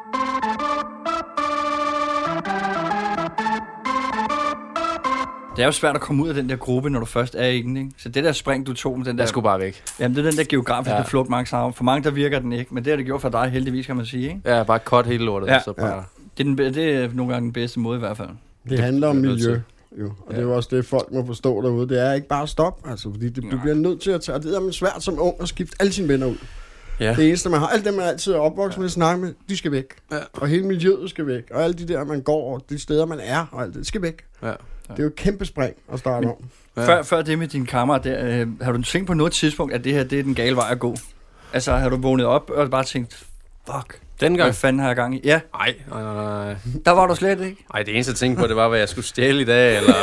B: Det er jo svært at komme ud af den der gruppe, når du først er i den, ikke? Så det der spring, du tog med den der...
A: Jeg skulle bare væk.
B: Jamen, det er den der geografiske flugt, Max har. For mange, der virker den ikke, men det har det gjort for dig heldigvis, kan man sige, ikke?
A: Ja, bare cut hele lortet.
B: Ja.
A: Så bare...
B: Det er nogle gange den bedste måde i hvert fald.
C: Det handler om miljø, jo. Og det er jo også det, folk må forstå derude. Det er ikke bare stop, altså, fordi du bliver nødt til at tage... Det er svært som ung at skifte alle sine venner ud. Ja. Det eneste, man har, alle dem, man altid er opvokset med at snakke med, de skal væk. Ja. Og hele miljøet skal væk. Og alle de der, man går, og de steder, man er, og alt det skal væk. Ja. Det er jo et kæmpe spring at starte om.
B: Ja. Før det med din kammerat der, har du tænkt på noget tidspunkt, at det her, det er den gale vej at gå? Altså, har du vågnet op og bare tænkt, fuck, hvad fanden har jeg gang i? Ja.
A: Nej.
B: Der var du slet ikke?
A: Nej, det eneste, jeg tænkte på, det var, hvad jeg skulle stjæle i dag, eller...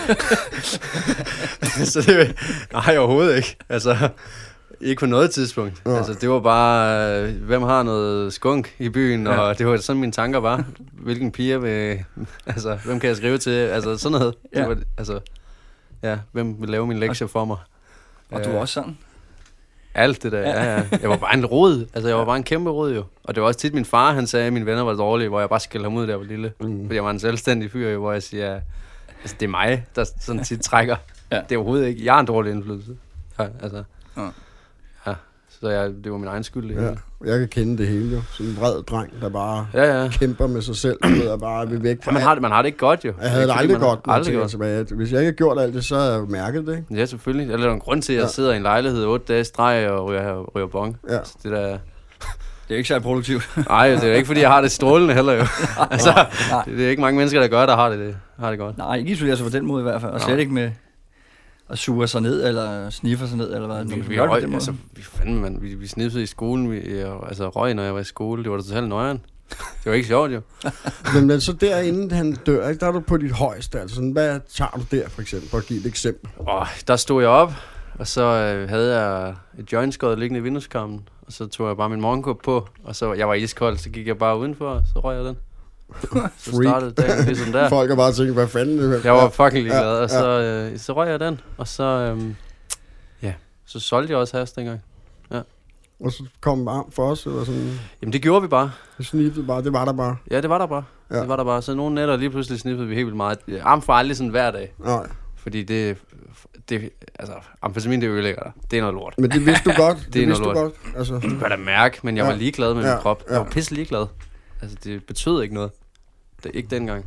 A: Så det... Nej, overhovedet ikke. Altså... Ikke på noget tidspunkt. Ja. Altså, det var bare, hvem har noget skunk i byen, og det var sådan, mine tanker var. Hvilken piger vil... Altså, hvem kan jeg skrive til? Altså, sådan noget. Ja. Det var, altså, ja, hvem vil lave min lektie for mig?
B: Og du var også sådan?
A: Alt det der, ja. Jeg var bare en rod. Altså, jeg var bare en kæmpe rod, jo. Og det var også tit min far, han sagde, at mine venner var dårlige, hvor jeg bare skældte ham ud, da jeg var lille. Fordi jeg var en selvstændig fyr, jo, hvor jeg siger, altså, det er mig, der sådan tit trækker. Det er overhovedet ikke. Jeg har en dårlig indflydelse. Ja, altså... Ja. Så det var min egen skyld.
C: Ja, jeg kan kende det hele jo. Sådan en vred dreng, der bare kæmper med sig selv. Og bare vil væk fra
A: man har det ikke godt jo.
C: Jeg havde det aldrig godt. Hvis jeg ikke havde gjort alt det, så havde jeg mærket det, ikke?
A: Ja, selvfølgelig. Eller der er en grund til, at jeg sidder i en lejlighed 8 dage streg og ryger bong. Ja. Så det der...
B: Det er ikke særlig produktivt.
A: Nej, det er ikke, fordi jeg har det strålende heller jo. Altså, det er ikke mange mennesker, der gør, der har det godt.
B: Nej, ikke isoleret sig på den måde i hvert fald. Og slet ikke med... Og suger sig ned, eller sniffer sig ned, eller hvad?
A: Vi sniffede i skolen, røg, når jeg var i skole. Det var da totalt nøjeren. Det var ikke sjovt, jo.
C: men så derinde han dør, ikke? Der er du på dit højeste. Altså sådan, hvad tager du der, for eksempel? For at give et eksempel.
A: Der stod jeg op, og så havde jeg et jointskod liggende i vindueskarmen. Og så tog jeg bare min morgenkåb på, og så jeg var iskold, så gik jeg bare udenfor, og så røg jeg den. Så startede dagen ligesom der.
C: Folk har bare tænkt, hvad fanden det er.
A: Jeg var fucking ligeglad, og så røg jeg den, og så, så solgte jeg også hash dengang. Ja.
C: Og så kom arm for os, eller sådan?
A: Jamen det gjorde vi bare.
C: Det sniffede bare, det var der bare?
A: Ja, det var der bare. Ja. Det var der bare. Så nogle nætter lige pludselig sniffede vi helt vildt meget. Arm for aldrig sådan hver dag. Nej. Fordi det altså, amfetamin, det ødelægger dig. Det er noget lort.
C: Men det vidste du godt. det vidste du godt.
A: Altså. Det kunne jeg da mærke, men jeg var ligeglad med min krop. Jeg var pisse ligeglad. Altså, det betød ikke noget. Det er ikke dengang.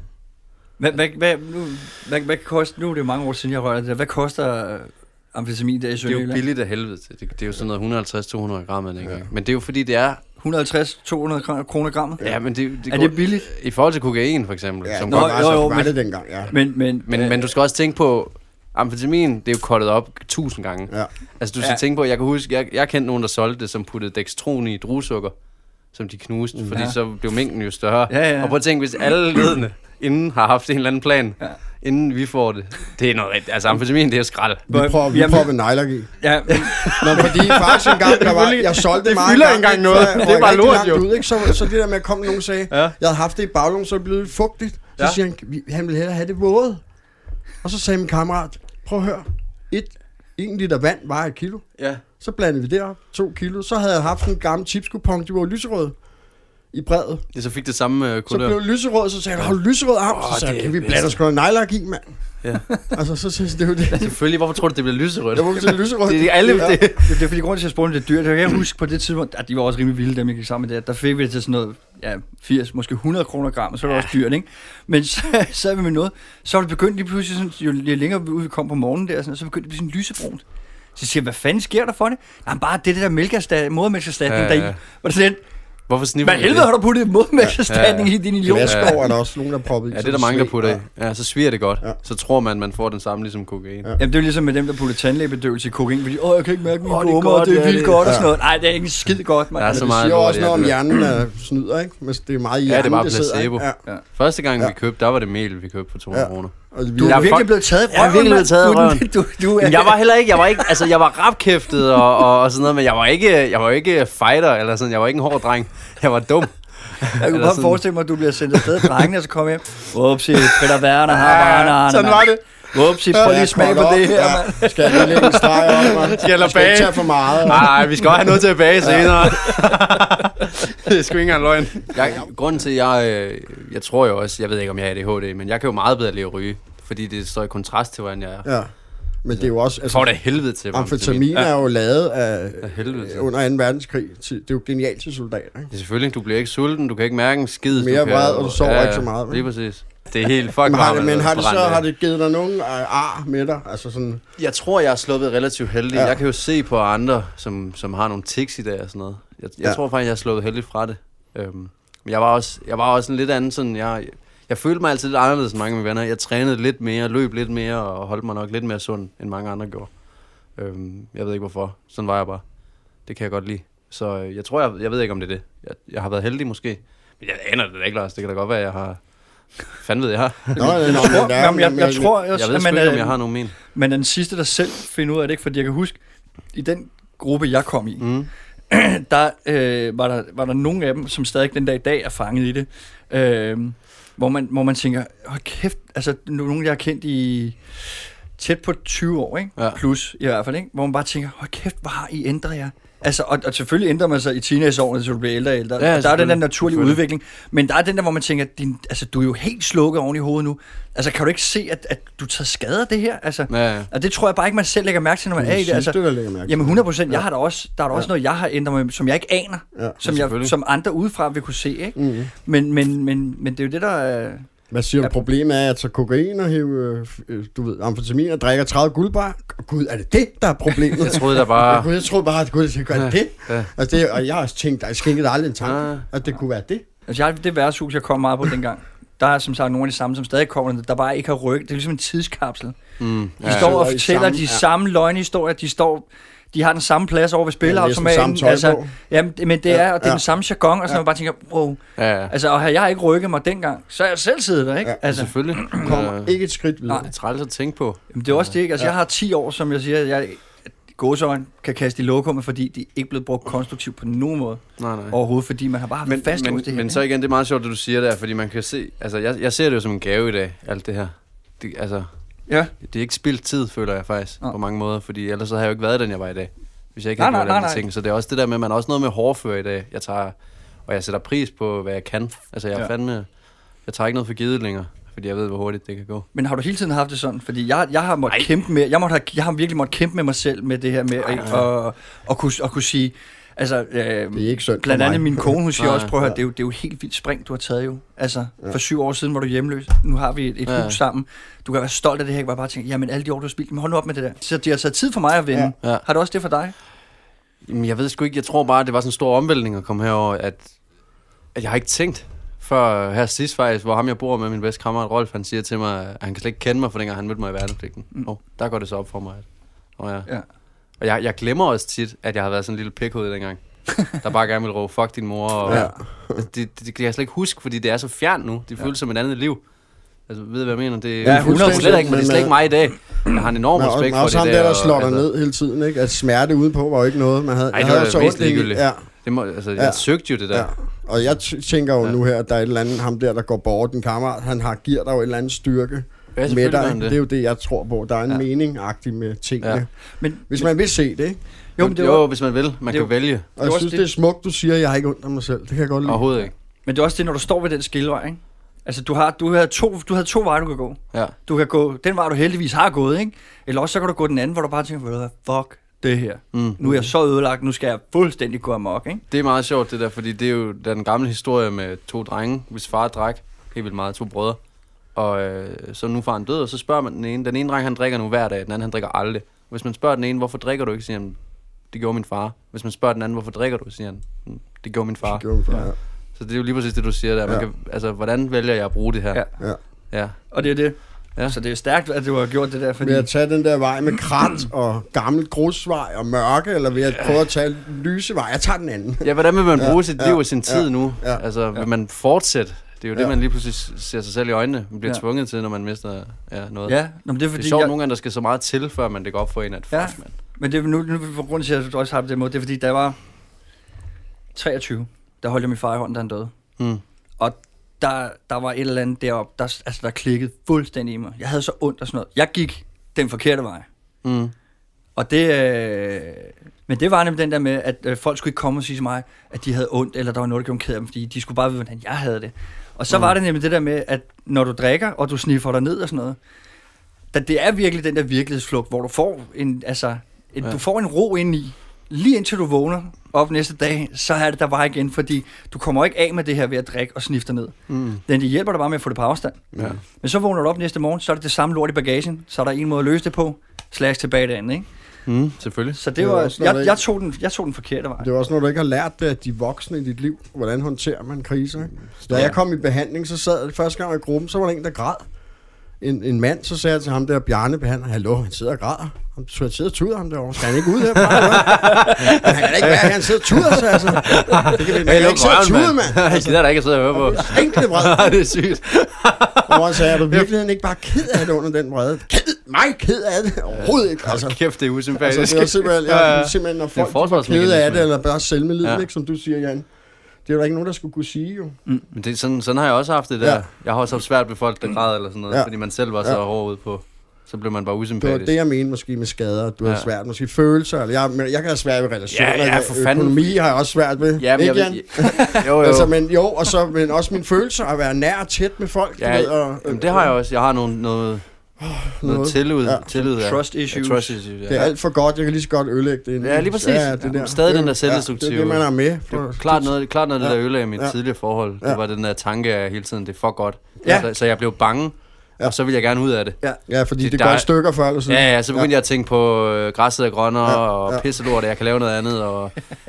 B: Hvad koster, nu er det jo mange år siden, jeg rørte det der. Hvad koster amfetamin der i Sønderjylland?
A: Det er jo billigt af helvede. Det er jo sådan noget 150-200 gram dengang. Men det er jo fordi, det er...
B: 150-200 kroner grammet?
A: Ja, men det
B: er det billigt?
A: I forhold til kokain, for eksempel.
C: Ja, som var det dengang, ja.
A: Men du skal også tænke på... Amfetamin, det er jo kottet op 1000 gange. Ja. Altså, du skal tænke på... Jeg kan huske, jeg kendte nogen, der solgte det, som puttede dextron i druesukker, som de knuste, fordi så blev mængden jo større. Ja. Og prøv at tænke, hvis alle ledende inden har haft en eller anden plan, inden vi får det. Det er noget rigtigt. Altså, amfetamin, det er skrald.
C: Vi prøver med nejlak i. Ja. Men fordi faktisk en gang, jeg solgte det meget.
A: Det fylder ikke engang noget. Det er bare lort, jo.
C: Ud, ikke? Så det der med, at kom nogen og sagde, jeg havde haft det i baglommen, så er det blevet fugtigt. Så siger han ville hellere have det våget. Og så sagde min kammerat, prøv at høre, 1 liter vand var 1 kilo. Ja. Så blandede vi det op, 2 kilo. Så havde jeg haft en gammel tipskupon, de var lyserøde i brevet.
A: Ja, så fik det samme kulør.
C: Så blev lyserød, så sagde jeg, har du lyserød arm? Så sagde jeg, kan vi blande sgu noget nejlak i, mand? Ja. Altså, så synes det jo det.
A: Selvfølgelig, hvorfor tror du, det bliver lyserødt?
C: Hvorfor det lyserødt?
A: Det er alle det.
B: Det er fordi grunden til at spurgte det dyr. Det kan jeg huske på det tidspunkt, at de var også rimelig vilde, dem jeg gik sammen med det. Der fik vi det til sådan noget, 80, måske 100 kroner gram, og så var det også dyrt, ikke? Men så sad vi med noget, så var det begyndt lige pludselig sådan, jo længere ud vi kom på morgenen der, så begyndte det at blive sådan lysebrunt. Så siger jeg, hvad fanden sker der for det? Nej, bare det der modermælkserstatning deri. Var det sådan,
A: hvorfor sniffer
B: hvad helvede har du puttet modermælkserstatning i din idiot?
C: Glasgård er der også nogen, der proppet i.
A: Ja, det er der mange, der putter i. Ja, så sviger det godt. Ja. Så tror man får den samme ligesom kokain. Ja.
B: Jamen, det er ligesom med dem, der putter tandlægebedøvelse i kokain, fordi, jeg kan ikke mærke mine gummer, det er vildt godt og sådan noget. Nej, det er ikke skide godt, man.
C: Det siger også noget om hjernen snyder, ikke? Men det er meget hjernen,
A: det er bare placebo. Første gang vi købte, der var det mel, vi købte for 200 kroner.
B: Du er virkelig blevet taget i røven.
A: Jeg er virkelig blevet taget i røven. Jeg var heller ikke, altså jeg var rapkæftet og sådan noget, men jeg var ikke fighter eller sådan, jeg var ikke en hård dreng. Jeg var dum.
B: Jeg kunne bare forestille mig, at du bliver sendt afsted af drengene, og så kommer hjem. Upsi, Peter Werner har
C: sådan var det.
B: Upsi, prøv lige at smage på det her, mand.
C: Skal jeg lige lægge en streg op, mand?
A: Skal jeg
C: skal ikke tage for meget.
A: Nej, vi skal også have noget til bage senere. Det er sgu ikke engang løgn. Grunden til, jeg tror jo også, jeg ved ikke, om jeg har ADHD, men jeg kan jo meget bedre lide at ryge, fordi det står i kontrast til, hvordan jeg er.
C: Ja. Men det er jo også...
A: Altså, får det helvede til.
C: Amfetamin er jo lavet af
A: helvede
C: under 2. verdenskrig. Det er jo genialt til soldater, ikke?
A: Det er selvfølgelig, du bliver ikke sulten, du kan ikke mærke en skid.
C: Mere vred, og du sover ikke så meget.
A: Lige præcis. Det er helt fucking
C: men har det givet dig nogen ar med dig? Altså sådan...
A: Jeg tror, jeg er sluppet relativt heldig. Ja. Jeg kan jo se på andre, som har nogle tics i dag og sådan noget. Jeg tror faktisk, jeg er sluppet heldig fra det. Men jeg var også en lidt anden sådan... Jeg følte mig altid lidt anderledes end mange af mine venner. Jeg trænede lidt mere, løb lidt mere og holdt mig nok lidt mere sund, end mange andre gjorde. Jeg ved ikke hvorfor. Sådan var jeg bare. Det kan jeg godt lide. Så jeg tror, jeg ved ikke om det er det. Jeg har været heldig måske. Men jeg aner det ikke, Lars. Det kan da godt være, jeg har... Fanden ved jeg har.
B: Jeg tror også,
A: jeg ved sgu ikke, om jeg har nogen men.
B: Men den sidste, der selv finder ud af det, ikke? Fordi jeg kan huske, i den gruppe, jeg kom i, der var der nogle af dem, som stadig den dag i dag er fanget i det. Hvor man tænker, hold kæft, altså nogle, jeg har kendt i tæt på 20 år, ikke? Ja. Plus i hvert fald, ikke? Hvor man bare tænker, hold kæft, hvor har I ændret jer? Altså, og selvfølgelig ændrer man sig i teenageårene, så du bliver ældre og ældre. Ja, og der er den der naturlige udvikling. Men der er den der, hvor man tænker, du er jo helt slukket oven i hovedet nu. Altså, kan du ikke se, at du tager skade af det her? Altså, og det tror jeg bare ikke, man selv lægger mærke til, når man er i det. Altså, jamen 100%, der er der også noget, jeg har ændret mig, som jeg ikke aner. Som andre udefra vil kunne se, ikke? Men det er jo det, der er...
C: Hvad siger du? Problemet er at tage kokain og hive, amfetamin og drikker 30 guldbar. Gud, er det der er problemet?
A: Jeg troede der bare...
C: Jeg troede bare, at det gør det. Ja. Altså det. Og jeg har også tænkt, jeg skænkede aldrig en tanke, at det kunne være det.
B: Altså det værtshus, jeg kom meget på dengang, der er som sagt nogle af de samme, som stadig kommer, der bare ikke har rykket. Det er ligesom en tidskapsel. De står og fortæller de samme løgnehistorier, de har den samme plads over ved spilleautomaten. Altså, men det er den samme jargon, og så man bare tænker, wow. Ja. Altså, og havde jeg ikke rykket mig dengang, så er jeg selv siddet der, ikke?
A: Ja, altså, selvfølgelig.
C: Kommer ikke et skridt videre.
A: Det er træls at tænke på.
B: Jamen, det er også det, ikke? Altså, jeg har 10 år, som jeg siger, jeg gåseøjne kan kaste i lokummet, fordi de ikke blevet brugt konstruktivt på nogen måde. Nej. Overhovedet, fordi man har bare haft fastlåst det her.
A: Men så igen, det er meget sjovt, det du siger der, fordi man kan se, altså jeg ser det jo som en gave i dag, alt det her. Ja. Det er ikke spildt tid, føler jeg faktisk, på mange måder, fordi ellers så har jeg jo ikke været den, jeg var i dag, hvis jeg ikke havde gjort alle ting. Så det er også det der med, at man har også noget med hårdfør i dag. Jeg sætter pris på, hvad jeg kan. Altså jeg tager ikke noget for givet længere, fordi jeg ved, hvor hurtigt det kan gå.
B: Men har du hele tiden haft det sådan? Fordi jeg har måttet kæmpe med, jeg har virkelig måttet kæmpe med mig selv med det her med at kunne sige, altså,
C: det er ikke synd
B: blandt andet min kone, hun siger også, prøv at høre, det er jo helt vildt spring, du har taget jo. Altså, for 7 år siden var du hjemløs. Nu har vi et hus sammen. Du kan være stolt af det her, ikke bare tænke, jamen alle de år, du har spildt, men hold nu op med det der. Så det har taget tid for mig at vinde. Ja. Har det også det for dig?
A: Jamen, jeg ved sgu ikke, jeg tror bare, det var sådan en stor omvæltning at komme herover, at jeg har ikke tænkt før her sidst faktisk, hvor ham jeg bor med, min bedste kammerat Rolf, han siger til mig, at han kan slet ikke kende mig, for dengang han mødte mig i værnepligten. Der går det så op for mig. Og jeg glemmer også tit, at jeg har været sådan en lille pikhoved dengang, der bare gerne vil råbe, fuck din mor. Og det kan jeg slet ikke huske, fordi det er så fjernt nu. Det føles som et andet liv. Altså, ved du, hvad jeg mener? Det er 100% slet ikke, men det er slet ikke mig i dag. Jeg har en enorm respekt for det der.
C: Men også ham der slår dig ned hele tiden, ikke? At smerte udenpå var jo ikke noget, man havde.
A: Nej, det var så mest ligegyldigt. Jeg søgte jo det der. Ja.
C: Og jeg tænker jo nu her, at der er et eller andet, ham der går bort, en kammerat, han giver dig jo et eller andet styrke med dig. Det er jo det, jeg tror på. Der er en mening-agtig med tingene. Ja. Men, hvis man vil se det, ikke?
A: Jo, hvis man vil. Man kan vælge.
C: Og jeg synes, det er smukt, du siger, at jeg har ikke ondt af mig selv. Det kan jeg godt lide.
A: Overhovedet ikke.
B: Men det er også det, når du står ved den skillevej, ikke? Altså, du havde to veje, du kan gå. Ja. Du kan gå den vej, du heldigvis har gået, ikke? Eller også så kan du gå den anden, hvor du bare tænker, fuck det her. Nu er jeg så ødelagt, nu skal jeg fuldstændig gå amok, ikke?
A: Det er meget sjovt, det der, fordi det er jo den gamle historie med 2 drenge, hvis far drak helt vildt meget, 2 brødre. Og så nu far han død, og så spørger man den ene. Den ene dreng, han drikker nu hver dag, den anden, han drikker aldrig. Hvis man spørger den ene, hvorfor drikker du ikke, siger han, det gjorde min far. Hvis man spørger den anden, hvorfor drikker du, siger han, det gjorde min far. Så det er jo lige præcis det, du siger der. Man kan, altså, hvordan vælger jeg at bruge det her?
B: Ja. Og det er det. Ja. Så det er stærkt, at du har gjort det der, fordi...
C: Ved at tage den der vej med krat og gammel grusvej og mørke, eller ved at prøve at tage lysevej. Jeg tager den anden.
A: Ja, hvordan vil man bruge sit liv og sin tid nu? Ja. Altså, vil man fortsætte? Det er jo det, man lige pludselig ser sig selv i øjnene. Man bliver tvunget til, når man mister noget.
B: Ja, men det er fordi...
A: Det er sjovt nogle gange, der skal så meget til, før man det går op for en, at fuck, mand.
B: Men det er nu på grund til, at du også har det måde, det er fordi, da jeg var 23, der holdt jeg min far i hånden, da han døde. Og der var et eller andet deroppe, der klikkede fuldstændig i mig. Jeg havde så ondt og sådan noget. Jeg gik den forkerte vej. Og det... men det var nemlig den der med, at folk skulle ikke komme og sige til mig, at de havde ondt, eller der var noget, der gjorde ked af dem, fordi de skulle bare vide, hvordan jeg havde det. Og så var det nemlig det der med, at når du drikker, og du sniffer dig ned og sådan noget, det er virkelig den der virkelighedsflugt, hvor du får du får en ro ind i, lige indtil du vågner op næste dag, så er det der bare igen, fordi du kommer ikke af med det her ved at drikke og snifte dig ned. Det hjælper dig bare med at få det på afstand. Ja. Men så vågner du op næste morgen, så er det samme lort i bagagen, så er der en måde at løse det på, tilbage det andet, ikke?
A: Selvfølgelig.
B: Så det var, jeg tog den forkerte vej.
C: Det var også noget, du ikke har lært det, at de voksne i dit liv, hvordan håndterer man kriser, ikke? Da jeg kom i behandling, så sad det første gang i gruppen, så var der en, der græd. En mand, så sagde jeg til ham der, Bjarne behandler, hallo, han sidder og græder. Han sidder og tuder ham derovre. Skal han ikke ud herfra? Han kan da ikke være, han sidder og tuder sig, altså. Det kan man ikke sidde og tude, mand.
A: Altså, det er der ikke at sidde og høre på.
C: Enkle vrede.
A: Det er sygt.
C: Og han sagde, er du virkelig ikke bare ked af det under den vrede? Ked af det? Overhovedet ikke.
A: Altså, kæft, det er usympatisk.
C: Altså, det er simpelthen, når folk er kede af det, eller bare selvmedliden, ikke, som du siger, Jan. Det er jo ikke nogen, der skulle kunne sige, jo.
A: Men det, sådan har jeg også haft det der. Ja. Jeg har også haft svært ved folk, der græder eller sådan noget, fordi man selv var så hård ude på. Så blev man bare usympatisk.
C: Det var det, jeg mener måske med skader. Du har svært måske følelser. Eller jeg kan have svært ved relationer.
A: Ja, for fanden.
C: Økonomi har jeg også svært ved.
A: Ja, men
C: ikke, Jan?
A: Jo.
C: Altså, men også mine følelser. At være nær og tæt med folk.
A: Ja,
C: du ved,
A: jamen, det har jeg også. Jeg har noget tillid.
B: Trust issues.
C: Det er alt for godt. Jeg kan lige så godt ødelægge det.
A: Ja, lige præcis. Ja, det der. Stadig den der selvdestruktive.
C: Det er det, man er med.
A: Klart noget af det, der ødelagde mit tidligere forhold. Det var den der tanke af hele tiden, det er for godt. Så jeg blev bange. Og så vil jeg gerne ud af det.
C: Ja, fordi det går i stykker før eller sådan.
A: Ja, så begyndte jeg at tænke på græsset er grønnere og pisselort, og jeg kan lave noget andet. Og,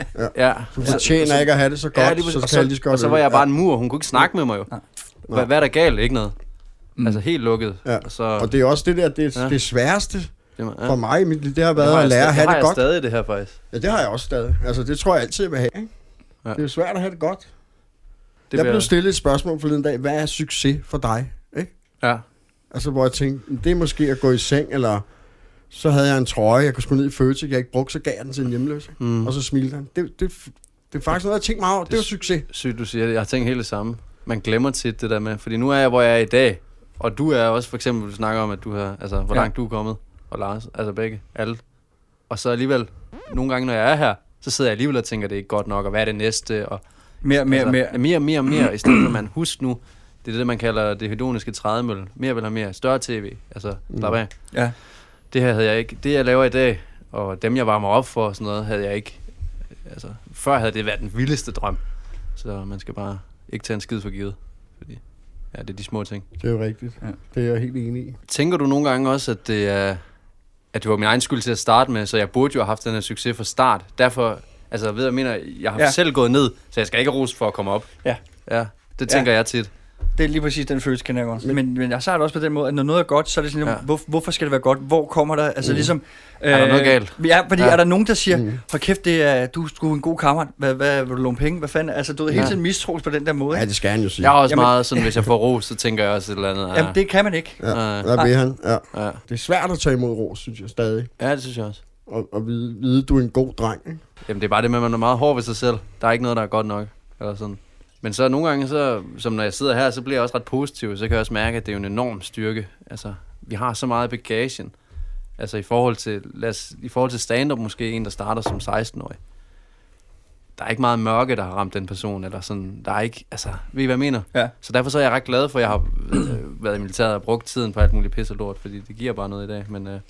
C: Du fortjener ikke at have det så godt,
A: og så var jeg bare en mur, hun kunne ikke snakke med mig jo. Hvad er der galt? Ikke noget. Altså helt lukket.
C: Ja. Og det er også det der, det sværeste for mig i mit liv, det har været at lære at have det godt.
A: Det har jeg stadig det her faktisk.
C: Ja, det har jeg også stadig. Altså det tror jeg altid, jeg vil have. Ikke? Ja. Det er jo svært at have det godt. Jeg blev stillet et spørgsmål forleden dag, hvad er succes for dig? Ikke?
A: Ja.
C: Altså hvor jeg tænkte, det er måske at gå i seng, eller så havde jeg en trøje, jeg kunne sgu ned i Føtex, jeg ikke brugte, så gav jeg den til en hjemløs. Og så smilte han. Det er faktisk noget, jeg tænkte meget over. Det var succes.
A: Sygt, du siger det. Jeg har tænkt helt det samme. Man glemmer tit det der med, fordi nu er jeg, hvor jeg er i dag. Og du er også, for eksempel, du snakker om, at du har, altså, hvor langt du er kommet, og Lars, altså begge, alle. Og så alligevel, nogle gange, når jeg er her, så sidder jeg alligevel og tænker, det er ikke godt nok, og hvad er det næste, og... Mere, i stedet for, man husk nu, det er det, man kalder det hedoniske trædemølle. Mere vil have mere, større tv, altså, slap af.
B: Ja.
A: Det her havde jeg ikke, det jeg laver i dag, og dem jeg varmer op for, og sådan noget, havde jeg ikke, altså, før havde det været den vildeste drøm. Så man skal bare ikke tage en skid for givet, fordi... Ja, det er de små ting.
C: Det er jo rigtigt. Ja. Det er jeg helt enig i.
A: Tænker du nogle gange også, at det var min egen skyld til at starte med, så jeg burde jo have haft den her succes fra start. Derfor, altså ved jeg mener, jeg har selv gået ned, så jeg skal ikke rose for at komme op. Ja, det tænker jeg tit.
B: Det er lige præcis den følelse, kender jeg godt. Men jeg sagde det også på den måde, at når noget er godt, så er det sådan, hvorfor skal det være godt? Hvor kommer der? Altså ligesom...
A: Er der noget galt?
B: Ja, fordi er der nogen, der siger, hold kæft, du er sgu en god kammerat. Hvad vil du låne penge? Hvad fanden? Altså, du er hele tiden mistros på den der måde.
C: Ja, det skal han jo sige.
A: Jeg er også meget sådan, hvis jeg får ros, så tænker jeg også et eller andet.
B: Jamen, det kan man ikke.
C: Hvad vil han? Ja. Det er svært at tage imod ros, synes jeg stadig.
A: Ja, det synes jeg også.
C: Og vide, du er en god dreng, ikke?
A: Jamen, det er bare det med, at man er meget hård ved sig selv. Der er ikke noget, der er godt nok. Eller sådan. Men så nogle gange, så, som når jeg sidder her, så bliver jeg også ret positiv. Så kan jeg også mærke, at det er en enorm styrke. Altså, vi har så meget i bagagen. Altså i forhold til stand-up måske, en der starter som 16-årig. Der er ikke meget mørke, der har ramt den person. Eller sådan, der er ikke, altså, ved I hvad jeg mener? Ja. Så derfor så er jeg ret glad for, at jeg har været i militæret og brugt tiden på alt muligt pis og lort. Fordi det giver bare noget i dag.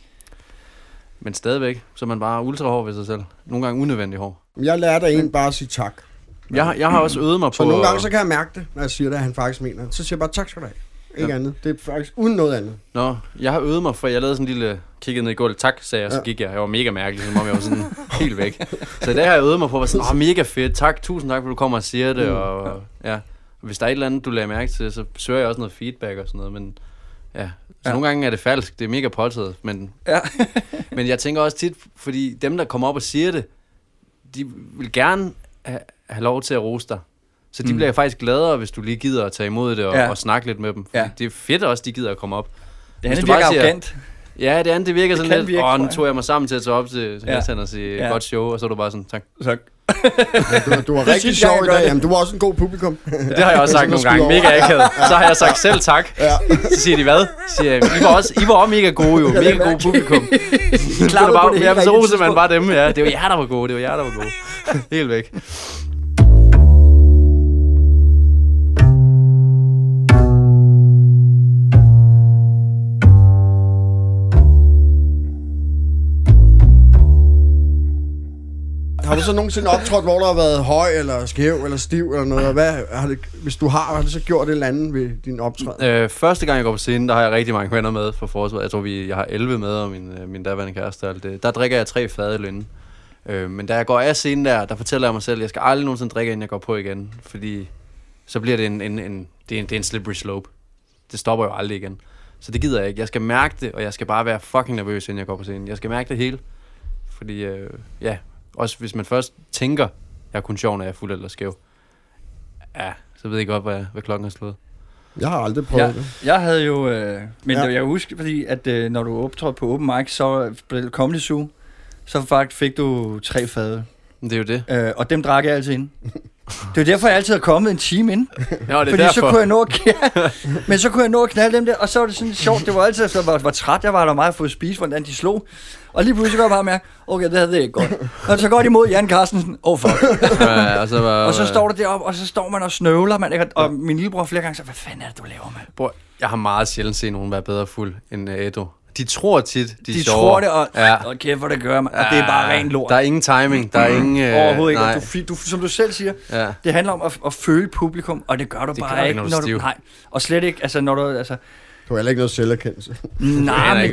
A: Men stadigvæk, så er man bare ultra hård ved sig selv. Nogle gange unødvendig hård.
C: Jeg lærte en bare at sige tak.
A: Jeg har også øvet mig på...
C: Så nogle gange så kan jeg mærke det, når jeg siger det, at han faktisk mener. Så siger jeg bare, tak skal du have. Ikke andet. Det er faktisk uden noget andet.
A: Nå, jeg har øvet mig, for jeg lavede sådan en lille... Kiggede ned i gulvet, tak, sagde jeg, så gik jeg. Jeg var mega mærkelig, som om jeg var sådan helt væk. Så i dag har jeg øvet mig på at være sådan, mega fedt, tak, tusind tak, for du kommer og siger det. Og hvis der er et eller andet, du lader mærke til, så søger jeg også noget feedback og sådan noget. Men så nogle gange er det falsk, det er mega påtaget. Men jeg tænker også tit, fordi dem, der kommer op og siger det, de vil gerne have lov til at rose dig. Så de bliver faktisk gladere, hvis du lige gider at tage imod det og snakke lidt med dem. Fordi det er fedt også, de gider at komme op.
B: Det er virker arrogant.
A: Ja, det andet, det virker sådan lidt,
B: virke,
A: nu tog jeg mig sammen til at tage op til Hassan og sige, godt show, og så er du bare sådan, tak.
C: Du var rigtig sjov i dag. Jamen, du var også en god publikum.
A: Det har jeg også sagt nogle gange, mega akavet. Så har jeg sagt selv tak. Så siger de, hvad? Så siger jeg, I var også mega gode jo, mega gode publikum.
B: Klar på det hele.
A: Så roser man bare dem, ja. Det var jer, der var gode, Helt væk.
C: Har du så nogensinde optrådt, hvor der har været høj, eller skæv, eller stiv, eller noget? Hvad har det, hvis du har det så gjort et eller andet ved din optræden?
A: Første gang jeg går på scenen, der har jeg rigtig mange venner med for forsvaret. Jeg tror, jeg har 11 med, og min daværende kæreste. Der drikker jeg 3 fadøl inden. Men da jeg går af scenen der fortæller jeg mig selv, at jeg skal aldrig nogensinde drikke, inden jeg går på igen. Fordi så bliver det en slippery slope. Det stopper jo aldrig igen. Så det gider jeg ikke. Jeg skal mærke det, og jeg skal bare være fucking nervøs, inden jeg går på scenen. Jeg skal mærke det hele. Fordi, også hvis man først tænker, jeg er kun sjov, når jeg er fuld eller skæv. Ja, så ved jeg godt, hvad klokken er slået.
C: Jeg har aldrig prøvet det.
B: Jeg havde jo... men jeg husker, fordi at når du optrådte på open mic, så blev det Comedy Zoo, så faktisk fik du 3 fadøl.
A: Det er jo det.
B: Og dem drak jeg altid ind. Det er derfor, jeg altid har kommet en time ind.
A: Ja, det er
B: fordi
A: derfor.
B: så kunne jeg nå men så kunne jeg nå at knalde dem der, og så var det sådan sjovt. Det var altid, at jeg var træt. Jeg var der meget for at spise, hvordan de slog. Og lige pludselig kunne jeg bare mærke, okay, det havde det ikke godt. Og så går de mod Jan Carstensen. Fuck.
A: Ja, og
B: så står der deroppe, og så står man og snøvler, mand. Og min lillebror flere gange så, hvad fanden er det, du laver, mand?
A: Bror, jeg har meget sjældent set nogen være bedre fuld end Edo. De tror tit, de
B: tror det, og kæft, hvor det gør, man. Og det er bare ren lort.
A: Der er ingen timing, der er ingen...
B: Overhovedet ikke. Du, som du selv siger, det handler om at føle publikum, og det gør du bare ikke, når du... Nej, og slet ikke, altså når du... Altså,
C: du har heller ikke noget selverkendelse.
B: Nej,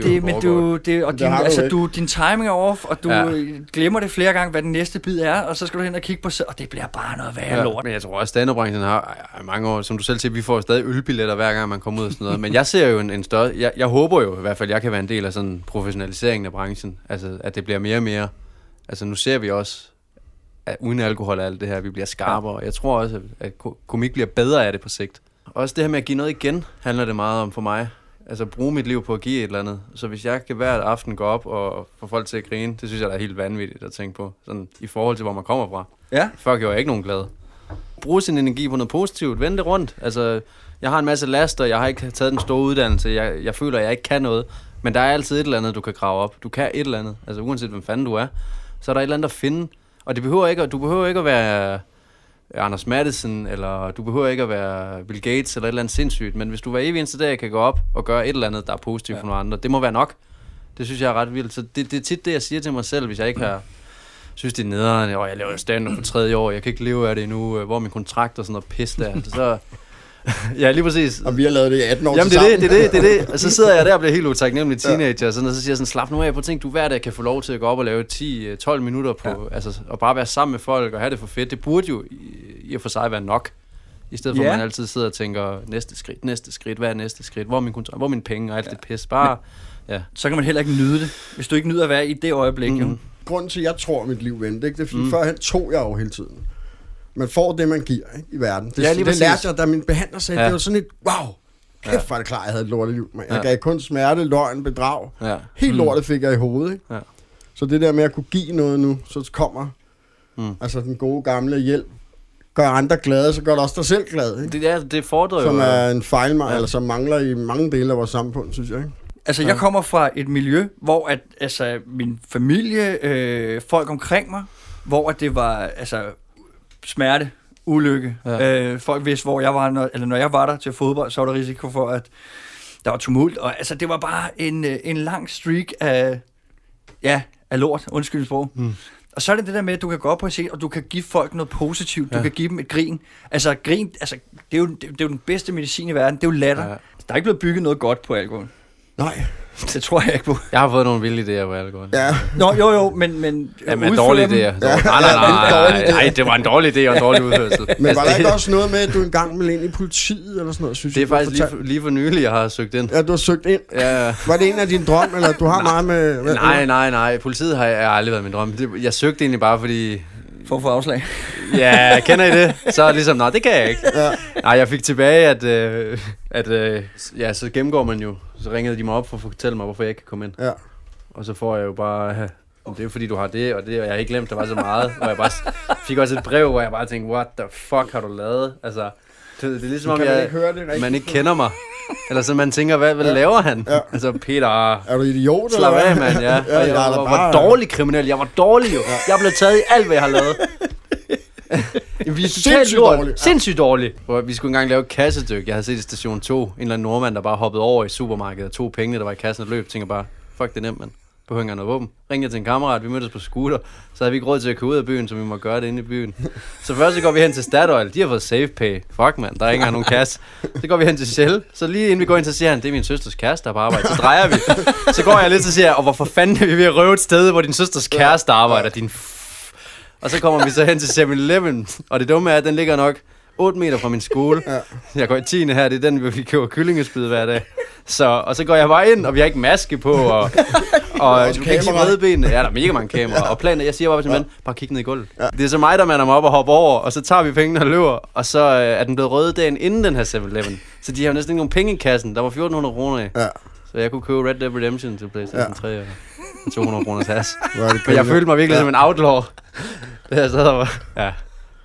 B: din timing er off, og du glemmer det flere gange, hvad den næste bid er, og så skal du hen og kigge på sig, og det bliver bare noget værre lort.
A: Men jeg tror også, stand-up-branchen har mange år, som du selv siger, vi får stadig ølbilletter hver gang man kommer ud og sådan noget. Men jeg ser jo en større... Jeg håber jo i hvert fald, jeg kan være en del af sådan professionaliseringen af branchen. Altså, at det bliver mere og mere... Altså, nu ser vi også, at uden alkohol og alt det her, vi bliver skarpere. Jeg tror også, at komik bliver bedre af det på sigt. Også det her med at give noget igen, handler det meget om for mig. Altså bruge mit liv på at give et eller andet. Så hvis jeg kan hver aften gå op og få folk til at grine, det synes jeg, der er helt vanvittigt at tænke på. Sådan i forhold til, hvor man kommer fra.
B: Ja.
A: Før gjorde jeg ikke nogen glad. Bruge sin energi på noget positivt. Vend det rundt. Altså, jeg har en masse laster, jeg har ikke taget den store uddannelse. Jeg føler, at jeg ikke kan noget. Men der er altid et eller andet, du kan grave op. Du kan et eller andet. Altså uanset hvem fanden du er, så er der et eller andet at finde. Og du behøver ikke at være... Anders Madsen, eller du behøver ikke at være Bill Gates eller et eller andet sindssygt, men hvis du hver evig eneste dag kan gå op og gøre et eller andet, der er positivt for nogle andre, det må være nok. Det synes jeg er ret vildt. Så det er tit det, jeg siger til mig selv, hvis jeg ikke har synes, det er nederen, jeg laver stand-up for 3. år, jeg kan ikke leve af det endnu, hvor er min kontrakt og sådan noget pis der. Så ja, lige præcis.
C: Og vi har lavet det i 18 år.
A: Jamen det er det. Og så sidder jeg der og bliver helt utaknemmelig teenager, og så siger jeg sådan, slap nu af på ting, du hver dag kan få lov til at gå op og lave 10-12 minutter på, altså, og bare være sammen med folk og have det for fedt. Det burde jo i og for sig være nok, i stedet for at man altid sidder og tænker, næste skridt, hvad er næste skridt, hvor er min kontrakt, hvor er mine penge og alt det pis. Bare,
B: så kan man heller ikke nyde det, hvis du ikke nyder at være i det øjeblik. Jo.
C: Grunden til, at jeg tror, at mit liv vendte, ikke? Det er fordi, førhen tog jeg jo hele tiden. Man får det, man giver, ikke, i verden. Det lærte jeg, da min behandler sagde, det var sådan et, wow, kæft, var det klar, jeg havde et lorteliv. Jeg gav kun smerte, løgn, bedrag. Helt lortet fik jeg i hovedet. Ikke? Så det der med at kunne give noget nu, så kommer altså den gode gamle hjælp. Gør andre glade, så gør det også dig selv glad. Ikke?
A: Det fordrer jo...
C: Som er en fejl, eller som mangler i mange dele af vores samfund, synes jeg. Ikke?
B: Altså, jeg kommer fra et miljø, hvor at, altså, min familie, folk omkring mig, hvor at det var altså, smerte, ulykke. Folk vidste, hvor jeg var, når jeg var der til fodbold, så var der risiko for, at der var tumult. Og altså, det var bare en lang streak af lort, undskyld sprog. Og så er det det der med, at du kan gå op på scenen, og du kan give folk noget positivt. Du kan give dem et grin. Altså, grin, altså, det er jo den bedste medicin i verden. Det er jo latter. Der er ikke blevet bygget noget godt på alkohol.
C: Nej.
B: Det tror jeg ikke på.
A: Jeg har fået nogle vilde idéer på alkohol.
C: Ja.
B: Nå, jo, men
A: dårlige idéer. Nej, det var en dårlig idé og en dårlig udførsel.
C: Men var der ikke også noget med, at du engang ville ind i politiet eller sådan noget, synes
A: det er
C: jeg?
A: faktisk lige for nylig, jeg har søgt ind.
C: Ja, du har søgt ind?
A: Ja.
C: Var det en af dine drømme, eller du har meget med...
A: Nej. Politiet har aldrig været min drøm. Jeg søgte egentlig bare, fordi...
B: for at få afslag.
A: Ja, kender I det? Så ligesom, nej, det kan jeg ikke.
C: Ja.
A: Nej, jeg fik tilbage, så gennemgår man jo. Så ringede de mig op for at fortælle mig, hvorfor jeg ikke kan komme ind.
C: Ja. Og
A: så får jeg jo bare, det er fordi du har det, og jeg har ikke glemt, der var så meget. Og jeg bare fik også et brev, hvor jeg bare tænkte, what the fuck har du lavet? Altså, det er ligesom om man ikke kender mig. Eller så man tænker, hvad laver han? Ja. Altså, Peter,
C: er du idiot?
A: Slap af, mand, ja. Og jeg var dårlig kriminel. Jeg var dårlig jo. Ja. Jeg blev taget i alt, hvad jeg har lavet. Vi er sindssygt dårlige. Sindssygt dårlige. Vi skulle engang lave et kassedyk. Jeg havde set i station 2. En eller anden nordmand, der bare hoppede over i supermarkedet og tog pengene, der var i kassen og løb. Tænker bare, fuck, det er nemt, mand. Behøver ikke noget våben. Ringede til en kammerat, vi mødtes på scooter. Så havde vi ikke råd til at køre ud af byen, så vi må gøre det inde i byen. Så først så går vi hen til Statoil. De har fået SafePay. Fuck, mand, der er ikke engang nogen kasse. Så går vi hen til Shell. Så lige inden vi går ind, så siger han, det er min søsters kæreste, der er på arbejde. Så drejer vi. Så går jeg lidt, så siger jeg, og hvorfor fanden er vi ved at røve et sted, hvor din søsters kæreste arbejder? Og så kommer vi så hen til 7-Eleven. Og det dumme er, at den ligger nok 8 meter fra min skole. Ja. Jeg går i 10. her, det er den, hvor vi køber kyllingespyd hver dag. Og så går jeg bare ind, og vi har ikke maske på, og du kan ikke se rødbenene. Ja, der er mega mange kameraer. Og planen, jeg siger bare til manden, bare kig ned i gulvet. Ja. Det er så mig, der mander mig op og hopper over, og så tager vi pengene og løber, og så er den blevet rød dagen inden den her 7-Eleven. Så de har jo næsten ikke nogen penge i kassen. Der var 1.400 kroner i. Ja. Så jeg kunne købe Red Dead Redemption til PlayStation 3 og 200 kroners hash. Men jeg følte mig virkelig som en outlaw. Det her sad og ja.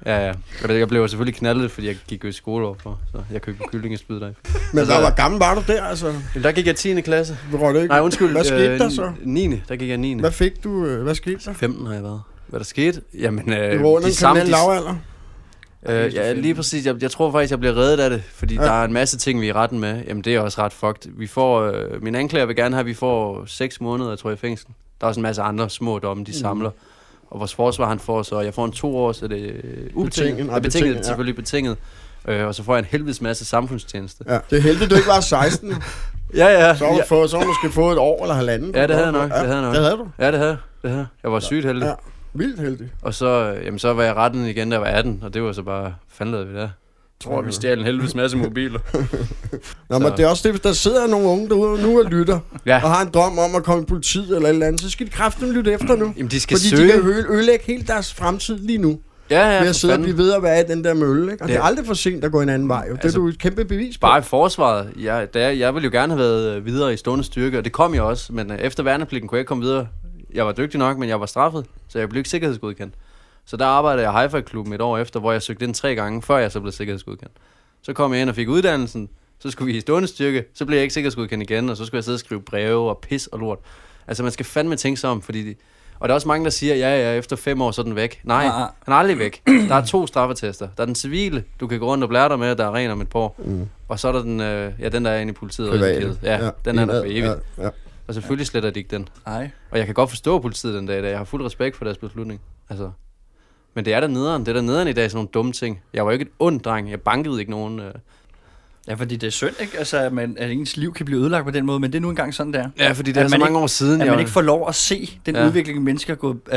A: Og jeg blev selvfølgelig knaldet, fordi jeg gik jo i skole overfor, så jeg købte kyllingespyd der.
C: Men så, hvor gammel var du der, altså?
A: Der gik jeg 10. klasse.
C: Nej, undskyld. Hvad skete der så?
A: 9. Der gik jeg 9.
C: Hvad fik du? Hvad skete der?
A: 15 har jeg været. Hvad der skete? Jamen,
C: du var under en kriminel lavalder?
A: Ja, lige præcis. Jeg tror faktisk, jeg bliver reddet af det, fordi der er en masse ting, vi er i retten med. Jamen, det er også ret fucked. Vi får, min anklager vil gerne have, at vi får 6 måneder, tror jeg, i fængsel. Der er også en masse andre små domme, de samler. Og vores forsvar, han får så, jeg får en 2 år, så det er ubetinget. Betinget, selvfølgelig betinget. Og så får jeg en helvedes masse samfundstjeneste.
C: Ja, det er heldigt, du ikke var 16.
A: Ja.
C: Så har du måske fået et år eller halvanden.
A: Ja, det havde jeg nok.
C: Det havde du?
A: Ja, det havde. Jeg var sygt heldig.
C: Ja, vildt heldig.
A: Og så var jeg retten igen, da jeg var 18, og det var så bare, fandme vi der. Jeg tror, vi stjal en helvedes masse mobiler.
C: Nå, men det er også det, hvis der sidder nogle unge derude nu og lytter, og har en drøm om at komme i politiet eller et eller andet, så skal de kraftigt lytte efter nu.
A: Jamen, de skal
C: fordi
A: søge.
C: de kan ødelægge hele deres fremtid lige nu.
A: Ja,
C: ved at sidde og blive ved at være i den der mølle, ikke? Og det er aldrig for sent at gå en anden vej. Jo. Det er du et kæmpe bevis på.
A: Bare i forsvaret. Jeg ville jo gerne have været videre i stående styrke, og det kom jeg også. Men efter værnepligten kunne jeg ikke komme videre. Jeg var dygtig nok, men jeg var straffet, så jeg blev ikke sikkerhedsgodkendt. Så der arbejdede jeg i Hi-Fi-klubben et år efter, hvor jeg søgte ind 3 gange, før jeg så blev sikkerhedsgodkendt. Så kom jeg ind og fik uddannelsen, så skulle vi i stående styrke, så blev jeg ikke sikkerhedsgodkendt igen, og så skulle jeg sidde og skrive breve og pis og lort. Altså man skal fandme tænke sig om, fordi... Og der er også mange, der siger, ja, efter 5 år, så er den væk. Nej, han er aldrig væk. Der er 2 straffetester. Der er den civile, du kan gå rundt og blære dig med, der er ren om et par år. Og så er der den, den der er inde i politiet.
C: Private.
A: Ja, den er der for evigt. Ja. Og selvfølgelig sletter de ikke den.
B: Nej.
A: Og jeg kan godt forstå politiet den dag i dag. Jeg har fuld respekt for deres beslutning. Altså. Men det er der nederen. Det er der nederen i dag, sådan nogle dumme ting. Jeg var jo ikke et ond dreng. Jeg bankede ikke nogen...
B: Ja, fordi det er synd, ikke? Altså, at ens liv kan blive ødelagt på den måde, men det er nu engang sådan, der.
A: Ja, fordi det er så mange år siden.
B: At man ikke får lov at se den udvikling, mennesker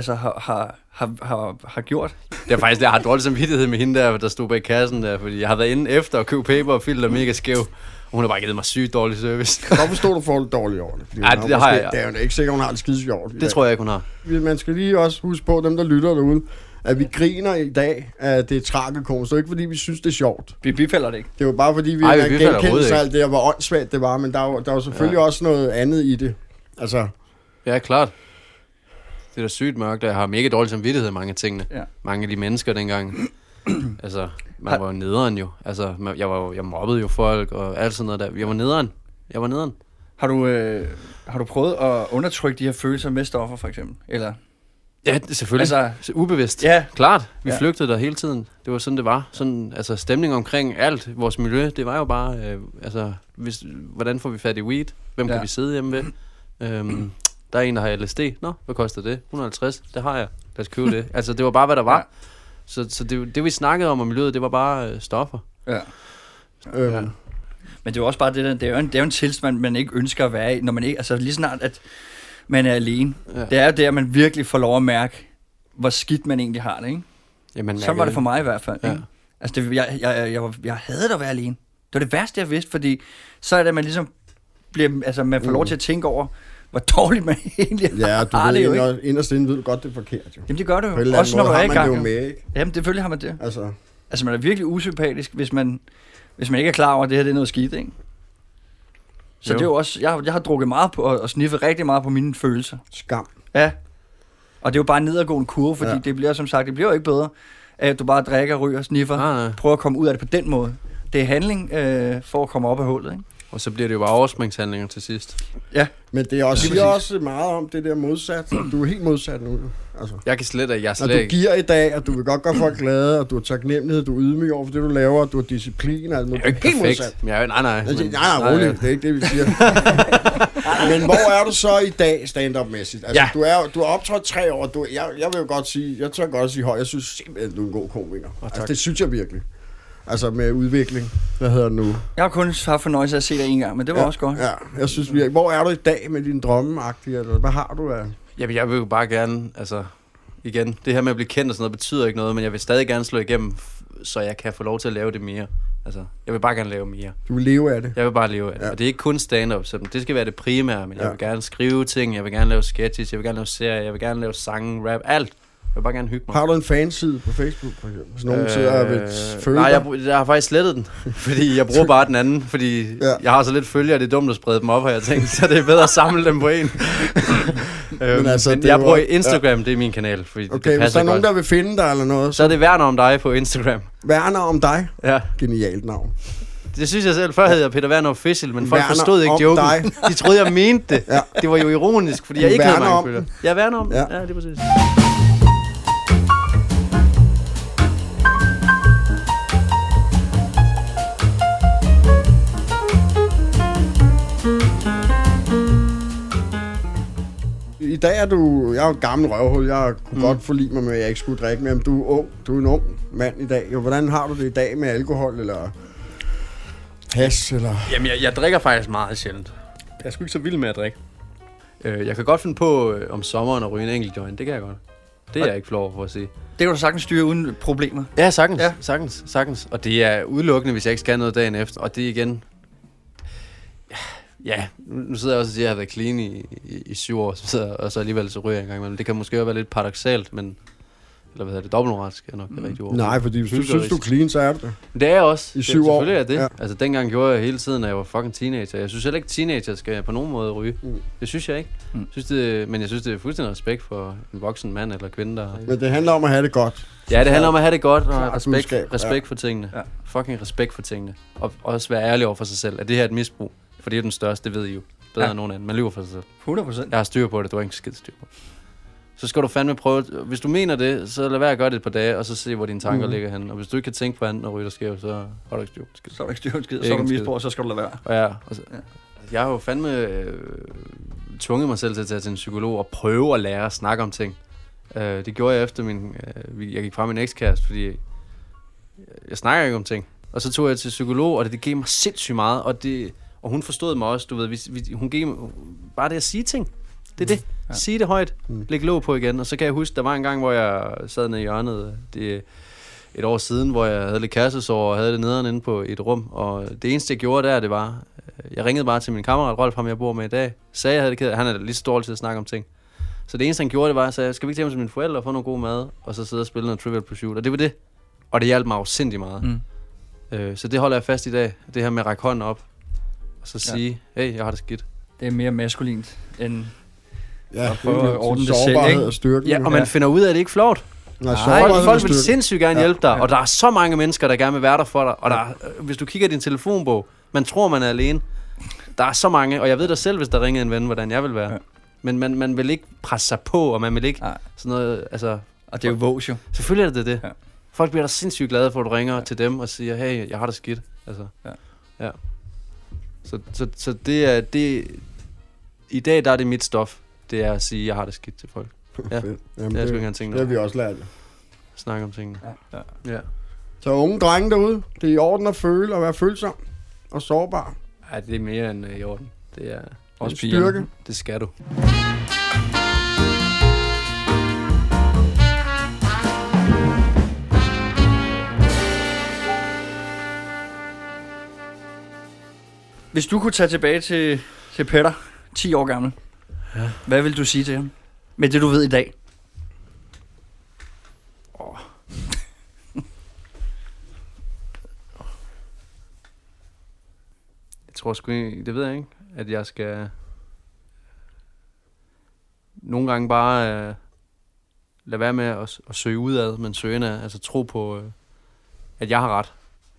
B: har gjort.
A: Det er faktisk, jeg har dårlig samvittighed med hende der stod bag kassen der, fordi jeg har været inde efter at købe paper og filter mega skæv. Og hun har bare givet mig sygt dårlig service.
C: Hvorfor forstår du for det dårligt over det?
A: Ja, det har jeg.
C: Det er jo ikke sikkert, hun har det skide sjovt.
A: Det tror jeg ikke, hun har.
C: Man skal lige også huske på, dem der lytter derude, at vi griner i dag, at det er tragikomisk. Det er ikke fordi, vi synes, det er sjovt.
B: Vi bifalder det ikke.
C: Det er jo bare fordi, vi har genkendt sig alt det, og hvor åndssvagt det var. Men der er jo selvfølgelig også noget andet i det. Altså.
A: Ja, klart. Det er da sygt mørkt, jeg har mega dårlig samvittighed i mange af tingene. Ja. Mange af de mennesker dengang. Altså, man var jo nederen jo. Altså, jeg mobbede jo folk og alt sådan noget der. Jeg var nederen.
B: Har du prøvet at undertrykke de her følelser med stoffer, for eksempel? Eller...
A: Ja, selvfølgelig. Altså, ubevidst. Ja. Klart. Vi flygtede der hele tiden. Det var sådan, det var. Sådan, altså, stemning omkring alt. Vores miljø, det var jo bare... hvordan får vi fat i weed? Hvem kan vi sidde hjemme ved? Der er en, der har LSD. Nå, hvad koster det? 150. Det har jeg. Lad os købe det. Altså, det var bare, hvad der var. Ja. Så det, vi snakkede om miljøet, det var bare stoffer. Ja.
B: Men det er også bare det der... Det er jo en tilstand, man ikke ønsker at være i, når man ikke... Altså, lige snart, at man er alene. Ja. Det er jo der, man virkelig får lov at mærke, hvor skidt man egentlig har det, ikke? Jamen, så var det for mig i hvert fald. Ja. Ikke? Altså, jeg havde at være alene. Det var det værste, jeg vidste, fordi så er det, man ligesom bliver, altså, man får lov til at tænke over, hvor dårligt man egentlig
C: Ja, du
B: har det jo ikke.
C: ved, inderst inde ved du godt, det er forkert, jo.
B: Jamen det gør det
C: På en eller
B: jo.
C: anden
B: Også når
C: måde
B: du er
C: har
B: i
C: man
B: gang.
C: det jo
B: jo.
C: med, ikke?
B: Jamen selvfølgelig har man det.
C: Altså,
B: Man er virkelig usympatisk, hvis man ikke er klar over, at det her det er noget skidt, ikke? Så
A: Jo.
B: det er jo også, jeg har drukket meget på, og sniffet rigtig meget på mine følelser.
C: skam.
B: Ja. Og det er jo bare en nedadgående kurve, fordi
C: Ja.
B: det bliver som sagt, det bliver jo ikke bedre, at du bare drikker, ryger, sniffer,
A: Nej.
B: prøver at komme ud af det på den måde. Det er handling for at komme op af hullet, ikke?
A: Og så bliver det jo bare overspringshandlinger til sidst.
B: Ja.
C: Men det er også,
B: Lige
C: siger
B: præcis.
C: også meget om det der modsat. Du er helt modsat nu. Altså,
A: Jeg kan slet ikke, jeg er
C: når
A: slet
C: du
A: ikke.
C: giver i dag, og du vil godt gøre folk glade, og du har taknemmelighed, du er ydmyg over for det, du laver, og du har disciplin. Altså,
A: Jeg er jo ikke perfekt. Men jeg er jo, nej.
C: Altså,
A: Men-
C: nej, roligt. Det er ikke det, vi siger. Men hvor er du så i dag stand-up-mæssigt? Altså,
A: Ja.
C: du har optrådt 3 år. Jeg vil jo godt sige, jeg tør godt sige højt, jeg synes simpelthen, du er en god komiker. Altså, det synes jeg virkelig. Altså med udvikling. Hvad hedder det nu?
B: Jeg har kun haft fornøjelse af at se dig en gang, men det var også godt.
C: Ja, jeg synes virkelig. Hvor er du i dag med dine drømme-agtige? Eller hvad har du af?
A: Jamen, jeg vil jo bare gerne, altså, igen, det her med at blive kendt og sådan noget, betyder ikke noget, men jeg vil stadig gerne slå igennem, så jeg kan få lov til at lave det mere. Altså, jeg vil bare gerne lave mere.
C: Du vil leve af det.
A: Jeg vil bare leve af det.
C: Ja.
A: Og det er ikke kun stand-up, så det skal være det primære, men
C: Ja.
A: jeg vil gerne skrive ting, jeg vil gerne lave sketches, jeg vil gerne lave serier, jeg vil gerne lave sange, rap, alt. Jeg vil bare gerne hygge mig.
C: Har du en fanside på Facebook, for eksempel? Hvis nogen sidder og vil følge
A: nej,
C: dig?
A: jeg har faktisk slettet den, fordi jeg bruger bare den anden, fordi
C: Ja.
A: jeg har så lidt følgere, det er dumt at sprede dem op, har jeg tænkt, så det er bedre at samle dem på en.
C: altså,
A: men
C: det
A: jeg
C: var-
A: bruger Instagram, det er min kanal, fordi
C: Okay,
A: det
C: hvis der
A: passer
C: er nogen,
A: godt.
C: der vil finde dig eller noget,
A: Så
C: så
A: er det Werner om dig på Instagram.
C: Werner om dig.
A: Ja,
C: Genialt navn.
A: det synes jeg selv. Før hed jeg Peter Werner Official, men folk
C: Werner
A: forstod ikke
C: om
A: joken.
C: dig.
A: De troede, jeg mente det.
C: Ja.
A: Det var jo ironisk, fordi
C: Du
A: jeg ikke havde
C: værner
A: mange
C: om
A: følgere.
C: den.
A: Jeg værner om
C: Ja.
A: den. Ja, det er præcis.
C: I dag er du... Jeg er jo et gammel røvhul. Jeg kunne godt forlige mig med, at jeg ikke skulle drikke mere. Men du er ung. Du er en ung mand i dag. Jo, hvordan har du det i dag med alkohol eller hash? Eller...
A: Jamen, jeg drikker faktisk meget sjældent. Jeg er sgu ikke så vild med at drikke. Jeg kan godt finde på om sommeren at ryge en enkelt joint. Det kan jeg godt. Det er jeg ikke flov over for at sige.
B: Det kan du sagtens styre uden problemer.
A: Ja, sagtens.
B: Ja.
A: Sagtens. Og det er udelukkende, hvis jeg ikke skal noget dagen efter. Og det er igen... Ja, nu sidder jeg også og siger, at jeg har været clean i 7 år, og så alligevel så ryger jeg en gang imellem. Det kan måske også være lidt paradoksalt, men... Eller hvad hedder det? Dobbeltmoralsk er nok det rigtige ord.
C: Nej, fordi hvis du synes, du er clean, så er du det.
A: Det er jeg også.
C: I 7 år.
A: Selvfølgelig er det.
C: Ja.
A: Ja. Altså, dengang gjorde jeg hele tiden, når jeg var fucking teenager. Jeg synes heller ikke, teenager skal på nogen måde ryge. Det synes jeg ikke. Men jeg synes, det er fuldstændig respekt for en voksen mand eller kvinde, der...
C: Men det handler om at have det godt.
A: Ja, det handler om at have det godt, og
C: Klart budskab,
A: respekt for tingene.
B: Ja.
A: Fucking respekt for tingene. Og også være ærlig over for sig selv. At det her er et misbrug. For det er den største, det ved I jo. Bedre end nogen anden. Man lyver for sig selv.
B: 100%.
A: Jeg har styr på det, du har ikke skid styr på. Så skal du fandme prøve, hvis du mener det, så lad være at gøre det et par dage, og så se, hvor dine tanker ligger hen. Og hvis du ikke kan tænke på andet og ryge dig skæv, så har du ikke styr på skid.
B: Så er du ikke styr på skid, så
A: Ikke
B: er du
A: en skid.
B: misbrug, og så skal du lade være.
A: Og og så, jeg har jo fandme tvunget mig selv til at tage til en psykolog og prøve at lære at snakke om ting. Det gjorde jeg efter jeg gik fra min ekskæreste, fordi jeg snakker ikke om ting. Og så tog jeg til psykolog, og det gav mig sindssygt meget, og hun forstod mig også, du ved, hun gav mig bare det at sige ting. Det er det. Ja. Sige det højt. Læg låg på igen. Og så kan jeg huske, der var en gang, hvor jeg sad nede i hjørnet, det er et år siden, hvor jeg havde lidt kærestesorg og havde det nederen inde på et rum. Og det eneste, jeg gjorde der, det var, jeg ringede bare til min kammerat Rolf, ham jeg bor med i dag, sagde, jeg havde det ked. Han er lige så dårlig til at snakke om ting. Så det eneste, han gjorde, det var, at jeg sagde, skal vi ikke hjem til mine forældre og få noget god mad, og så sidde og spille noget Trivial Pursuit. Og det var det. Og det hjalp mig afsindig meget. Så det holder jeg fast i dag. Det her med at række hånden op, og så sige, hey, jeg har det skidt.
B: Det er mere maskulint end...
C: Ja,
B: Og prøve at ordne det selv,
C: sårbarhed
B: ikke?
C: og styrken.
A: Ja, og man finder ud af, at det ikke er flot.
C: Nej,
A: Nej,
C: sårbarhed og
A: folk vil
C: styrken.
A: sindssygt gerne hjælpe dig, og der er så mange mennesker, der gerne vil være der for dig. Og der er, hvis du kigger i din telefonbog, man tror, man er alene. Der er så mange, og jeg ved da selv, hvis der ringer en ven, hvordan jeg vil være.
B: Ja.
A: Men man vil ikke presse sig på, og man vil ikke
B: Nej.
A: sådan noget, altså...
B: Og det er jo vås jo.
A: Selvfølgelig er det det.
B: Ja.
A: Folk bliver da sindssygt glade for, at du ringer til dem og siger, hey, jeg har det skidt. Altså, ja. Så det er... I dag, der er det mit stof. Det er at sige, jeg har det skidt til folk. Ja,
C: Fedt. Jamen,
A: det er sgu ikke engang tænkt
C: det har
A: noget.
C: vi også lært.
A: Snakke om tingene. Ja.
C: Så unge drenge derude, det er i orden at føle og være følsom og sårbar.
A: Ja, det er mere end i orden. Det er
B: Også
C: Det er styrke.
B: pigerne.
A: Det skal du.
B: Hvis du kunne tage tilbage til Peter, 10 år gammel,
A: Ja.
B: Hvad vil du sige til ham? Med det, du ved i dag.
A: Jeg tror sgu ikke, det ved jeg ikke, at jeg skal nogle gange bare lade være med at søge udad, men søge indad, altså tro på, at jeg har ret.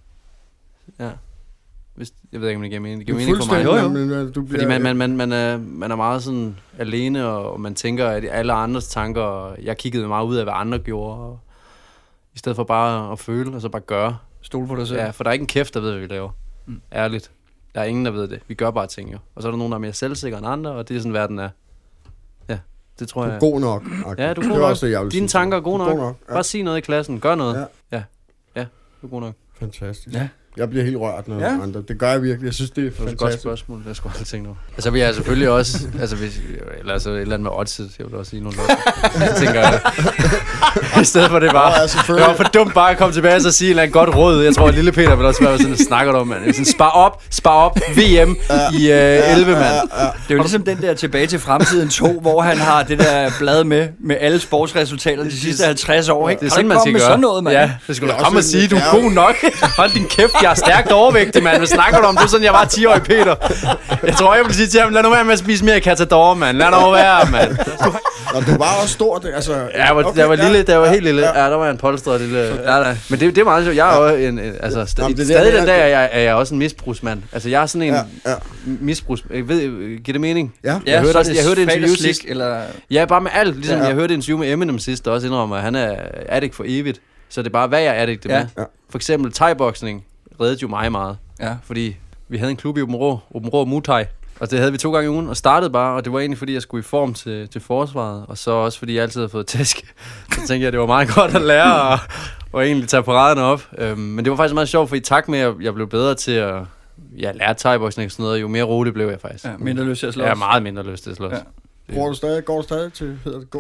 A: Ja. Jeg ved ikke, om det giver mening. Det giver mening for mig.
C: Jo.
A: Fordi man er meget sådan alene, og man tænker, at alle andres tanker, og jeg kiggede meget ud af, hvad andre gjorde, og i stedet for bare at føle, og så bare gøre.
B: Stole på dig selv.
A: Ja, for der er ikke en kæft, der ved, hvad vi laver. Ærligt. Der er ingen, der ved det. Vi gør bare ting, jo. Og så er der nogen, der er mere selvsikre end andre, og det er sådan, verden er. Ja, det tror jeg.
C: Du er god nok.
A: Ja, du er god
C: det er
A: nok.
C: også det, jeg vil
A: Dine
C: sige.
A: tanker er gode nok.
C: Ja.
A: Bare sig noget i klassen. Gør noget.
C: Ja.
A: Ja, du er god nok.
C: Fantastisk.
B: Ja.
C: Jeg bliver helt rørt, når andre. Det gør jeg virkelig. Jeg synes, det er
A: Det er et godt
C: fantastisk.
A: spørgsmål. Det har jeg sgu aldrig tænkt over. Altså, vil jeg selvfølgelig også... Altså, eller altså et eller andet med oddset. Jeg vil også sige nogle lort. Jeg tænker... I stedet for det bare... Det var for dumt bare at komme tilbage og så sige et eller andet godt råd. Jeg tror, at lille Peter vil også være sådan, snakker du om, mand. Sådan, spar op. VM i 11, mand.
B: Det er jo ligesom den der Tilbage til fremtiden 2, hvor han har det der blad med alle sportsresultater de sidste 50 år. Ikke?
A: Det er
B: Har
A: sådan,
B: du
A: man
B: ikke
A: skal
B: kommet med
A: gøre.
B: sådan noget, mand?
A: Ja, det skulle
C: Det
A: da
C: er
A: komme og
C: også
A: sige, du
C: en-
A: er god nok. Hold din kæft, jeg er stærkt overvægtig, mand. Hvad snakker du om? Du er sådan, jeg var 10-årig Peter. Jeg tror, jeg vil sige til ham, lad nu være med at spise mere Catador, mand. Lad nu være, mand.
C: Og du var også stor, det, altså...
A: Ja, jeg var lille, der var helt lille. Ja, der var jeg en polstret lille... Ja. Men det er meget sjovt. Jeg er jo
C: Jamen,
A: stadig
C: det
A: den
C: der,
A: dag er jeg også en misbrugsmand. Altså, jeg er sådan en misbrugs... Giver det mening?
C: Ja.
A: Jeg hørte interview sidst.
B: Eller...
A: Ja, bare med alt. Ligesom
C: Ja.
A: jeg hørte interview med Eminem sidst, der også indrømmer, at han er addict for evigt. Så det er bare, hvad jeg er addict med.
C: Ja.
A: For eksempel thai-boksning reddede jo mig meget.
B: Ja.
A: Fordi vi havde en klub i Åben Rå Muay Thai. Og det havde vi 2 gange i ugen, og startede bare, og det var egentlig fordi, jeg skulle i form til forsvaret, og så også fordi jeg altid havde fået tæsk. Så tænkte jeg, at det var meget godt at lære, og egentlig tage paraderne op. Men det var faktisk meget sjovt, for i takt med, at jeg blev bedre til at lære thai-boksning og sådan noget, jo mere rolig blev jeg faktisk.
B: Ja, mindre lyst til at slås.
A: Jeg er meget mindre lyst til at slås.
B: Ja.
C: Går du stadig til, hedder det?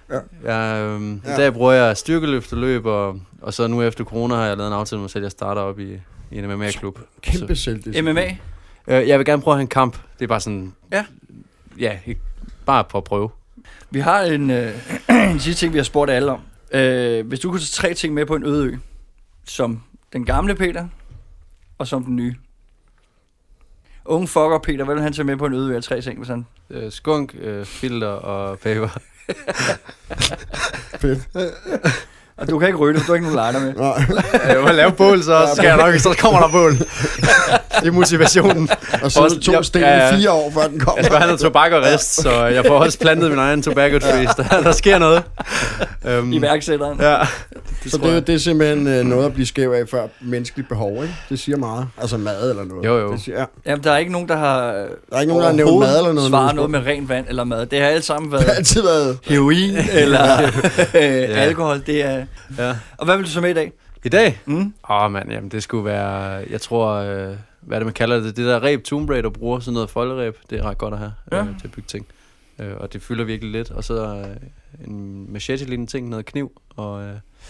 A: I dag bruger jeg styrkeløft og løb, og så nu efter corona har jeg lavet en aftale med mig selv, at jeg starter op i en MMA-klub.
C: Kæmpe selvdisciplin.
B: MMA?
A: Jeg vil gerne prøve at have en kamp. Det er bare sådan...
B: Ja.
A: Ja, bare på at prøve.
B: Vi har en sidste ting, vi har spurgt alle om. Hvis du kunne tage 3 ting med på en øde ø, som den gamle Peter, og som den nye. Unge fucker Peter, hvad vil han tage med på en øde ø af 3 ting? Hvis han...
A: Skunk, filter og peber.
C: Fedt.
B: Og du kan ikke ryge det, for du har ikke nogen lighter med.
C: Nej.
A: Jeg må lave bål, så skal jeg nok, så kommer der bål. Det er motivationen.
C: Og så 2 sten 4 år, før den kommer.
A: Jeg skal have noget tobak og rest, så jeg får også plantet min egen tobacco trees. Der sker noget.
B: Iværksætteren.
A: Ja.
C: Så det er simpelthen noget at blive skæv af før menneskeligt behov, ikke? Det siger meget. Altså mad eller noget.
A: Jo.
C: Det siger, ja.
B: Jamen, der er ikke nogen, der har...
C: Der er ikke nogen, der har nævnt mad eller noget.
B: Svaret noget med rent vand eller mad. Det har alt sammen været
C: Det har altid været...
B: heroin eller alkohol. Det er...
A: Ja.
B: Og hvad vil du så med i dag?
A: I dag?
B: Mm.
A: Mand, jamen det skulle være, jeg tror, hvad er det man kalder det? Det der reb, Tomb Raider bruger, sådan noget folderæb, det er ret godt at have til at bygge ting. Og det fylder virkelig lidt. Og så en machete-lignende ting, noget kniv, og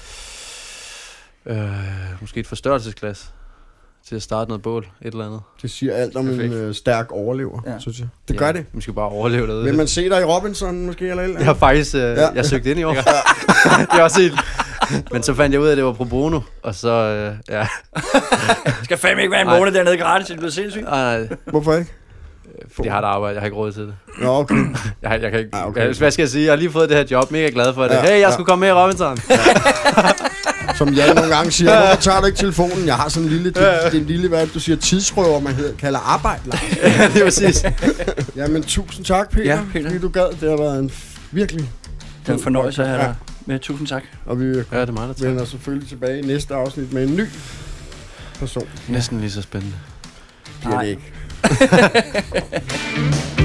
A: måske et forstørrelsesglas til at starte noget bål, et eller andet.
C: Det siger alt om en stærk overlever, synes jeg. Det gør det.
A: Vi skal bare overleve derude.
C: Vil man se dig i Robinson måske, eller
A: Jeg har faktisk, jeg søgte ind i år. Det er også helt... Men så fandt jeg ud af, at det var pro bono, og så,
B: Det skal fandme ikke være en måned dernede gratis, det bliver sindssygt.
A: Nej,
C: Hvorfor ikke?
A: fordi jeg har et arbejde, jeg har ikke råd til det.
C: Nå, okay.
A: Jeg kan ikke...
C: okay.
A: Hvad skal jeg sige? Jeg har lige fået det her job, mega glad for det.
C: Ja,
A: Hey, jeg skulle komme med i Robinson.
C: Som Jan nogle gange siger, hvorfor tager du ikke telefonen? Jeg har sådan en lille, det er en lille, hvad du siger, tidsrøver, man kalder arbejde.
A: Ja, det er præcis.
C: Jamen, tusind tak, Peter,
B: Ja, Peter.
C: fordi du gad. Det har været en virkelig...
B: Det er en fornøjelse at have dig med. Tusind tak.
C: Og vi
A: Ja, det er mig, der tager.
C: vender selvfølgelig tilbage i næste afsnit med en ny person.
A: Næsten lige så spændende.
C: Bliver det ikke.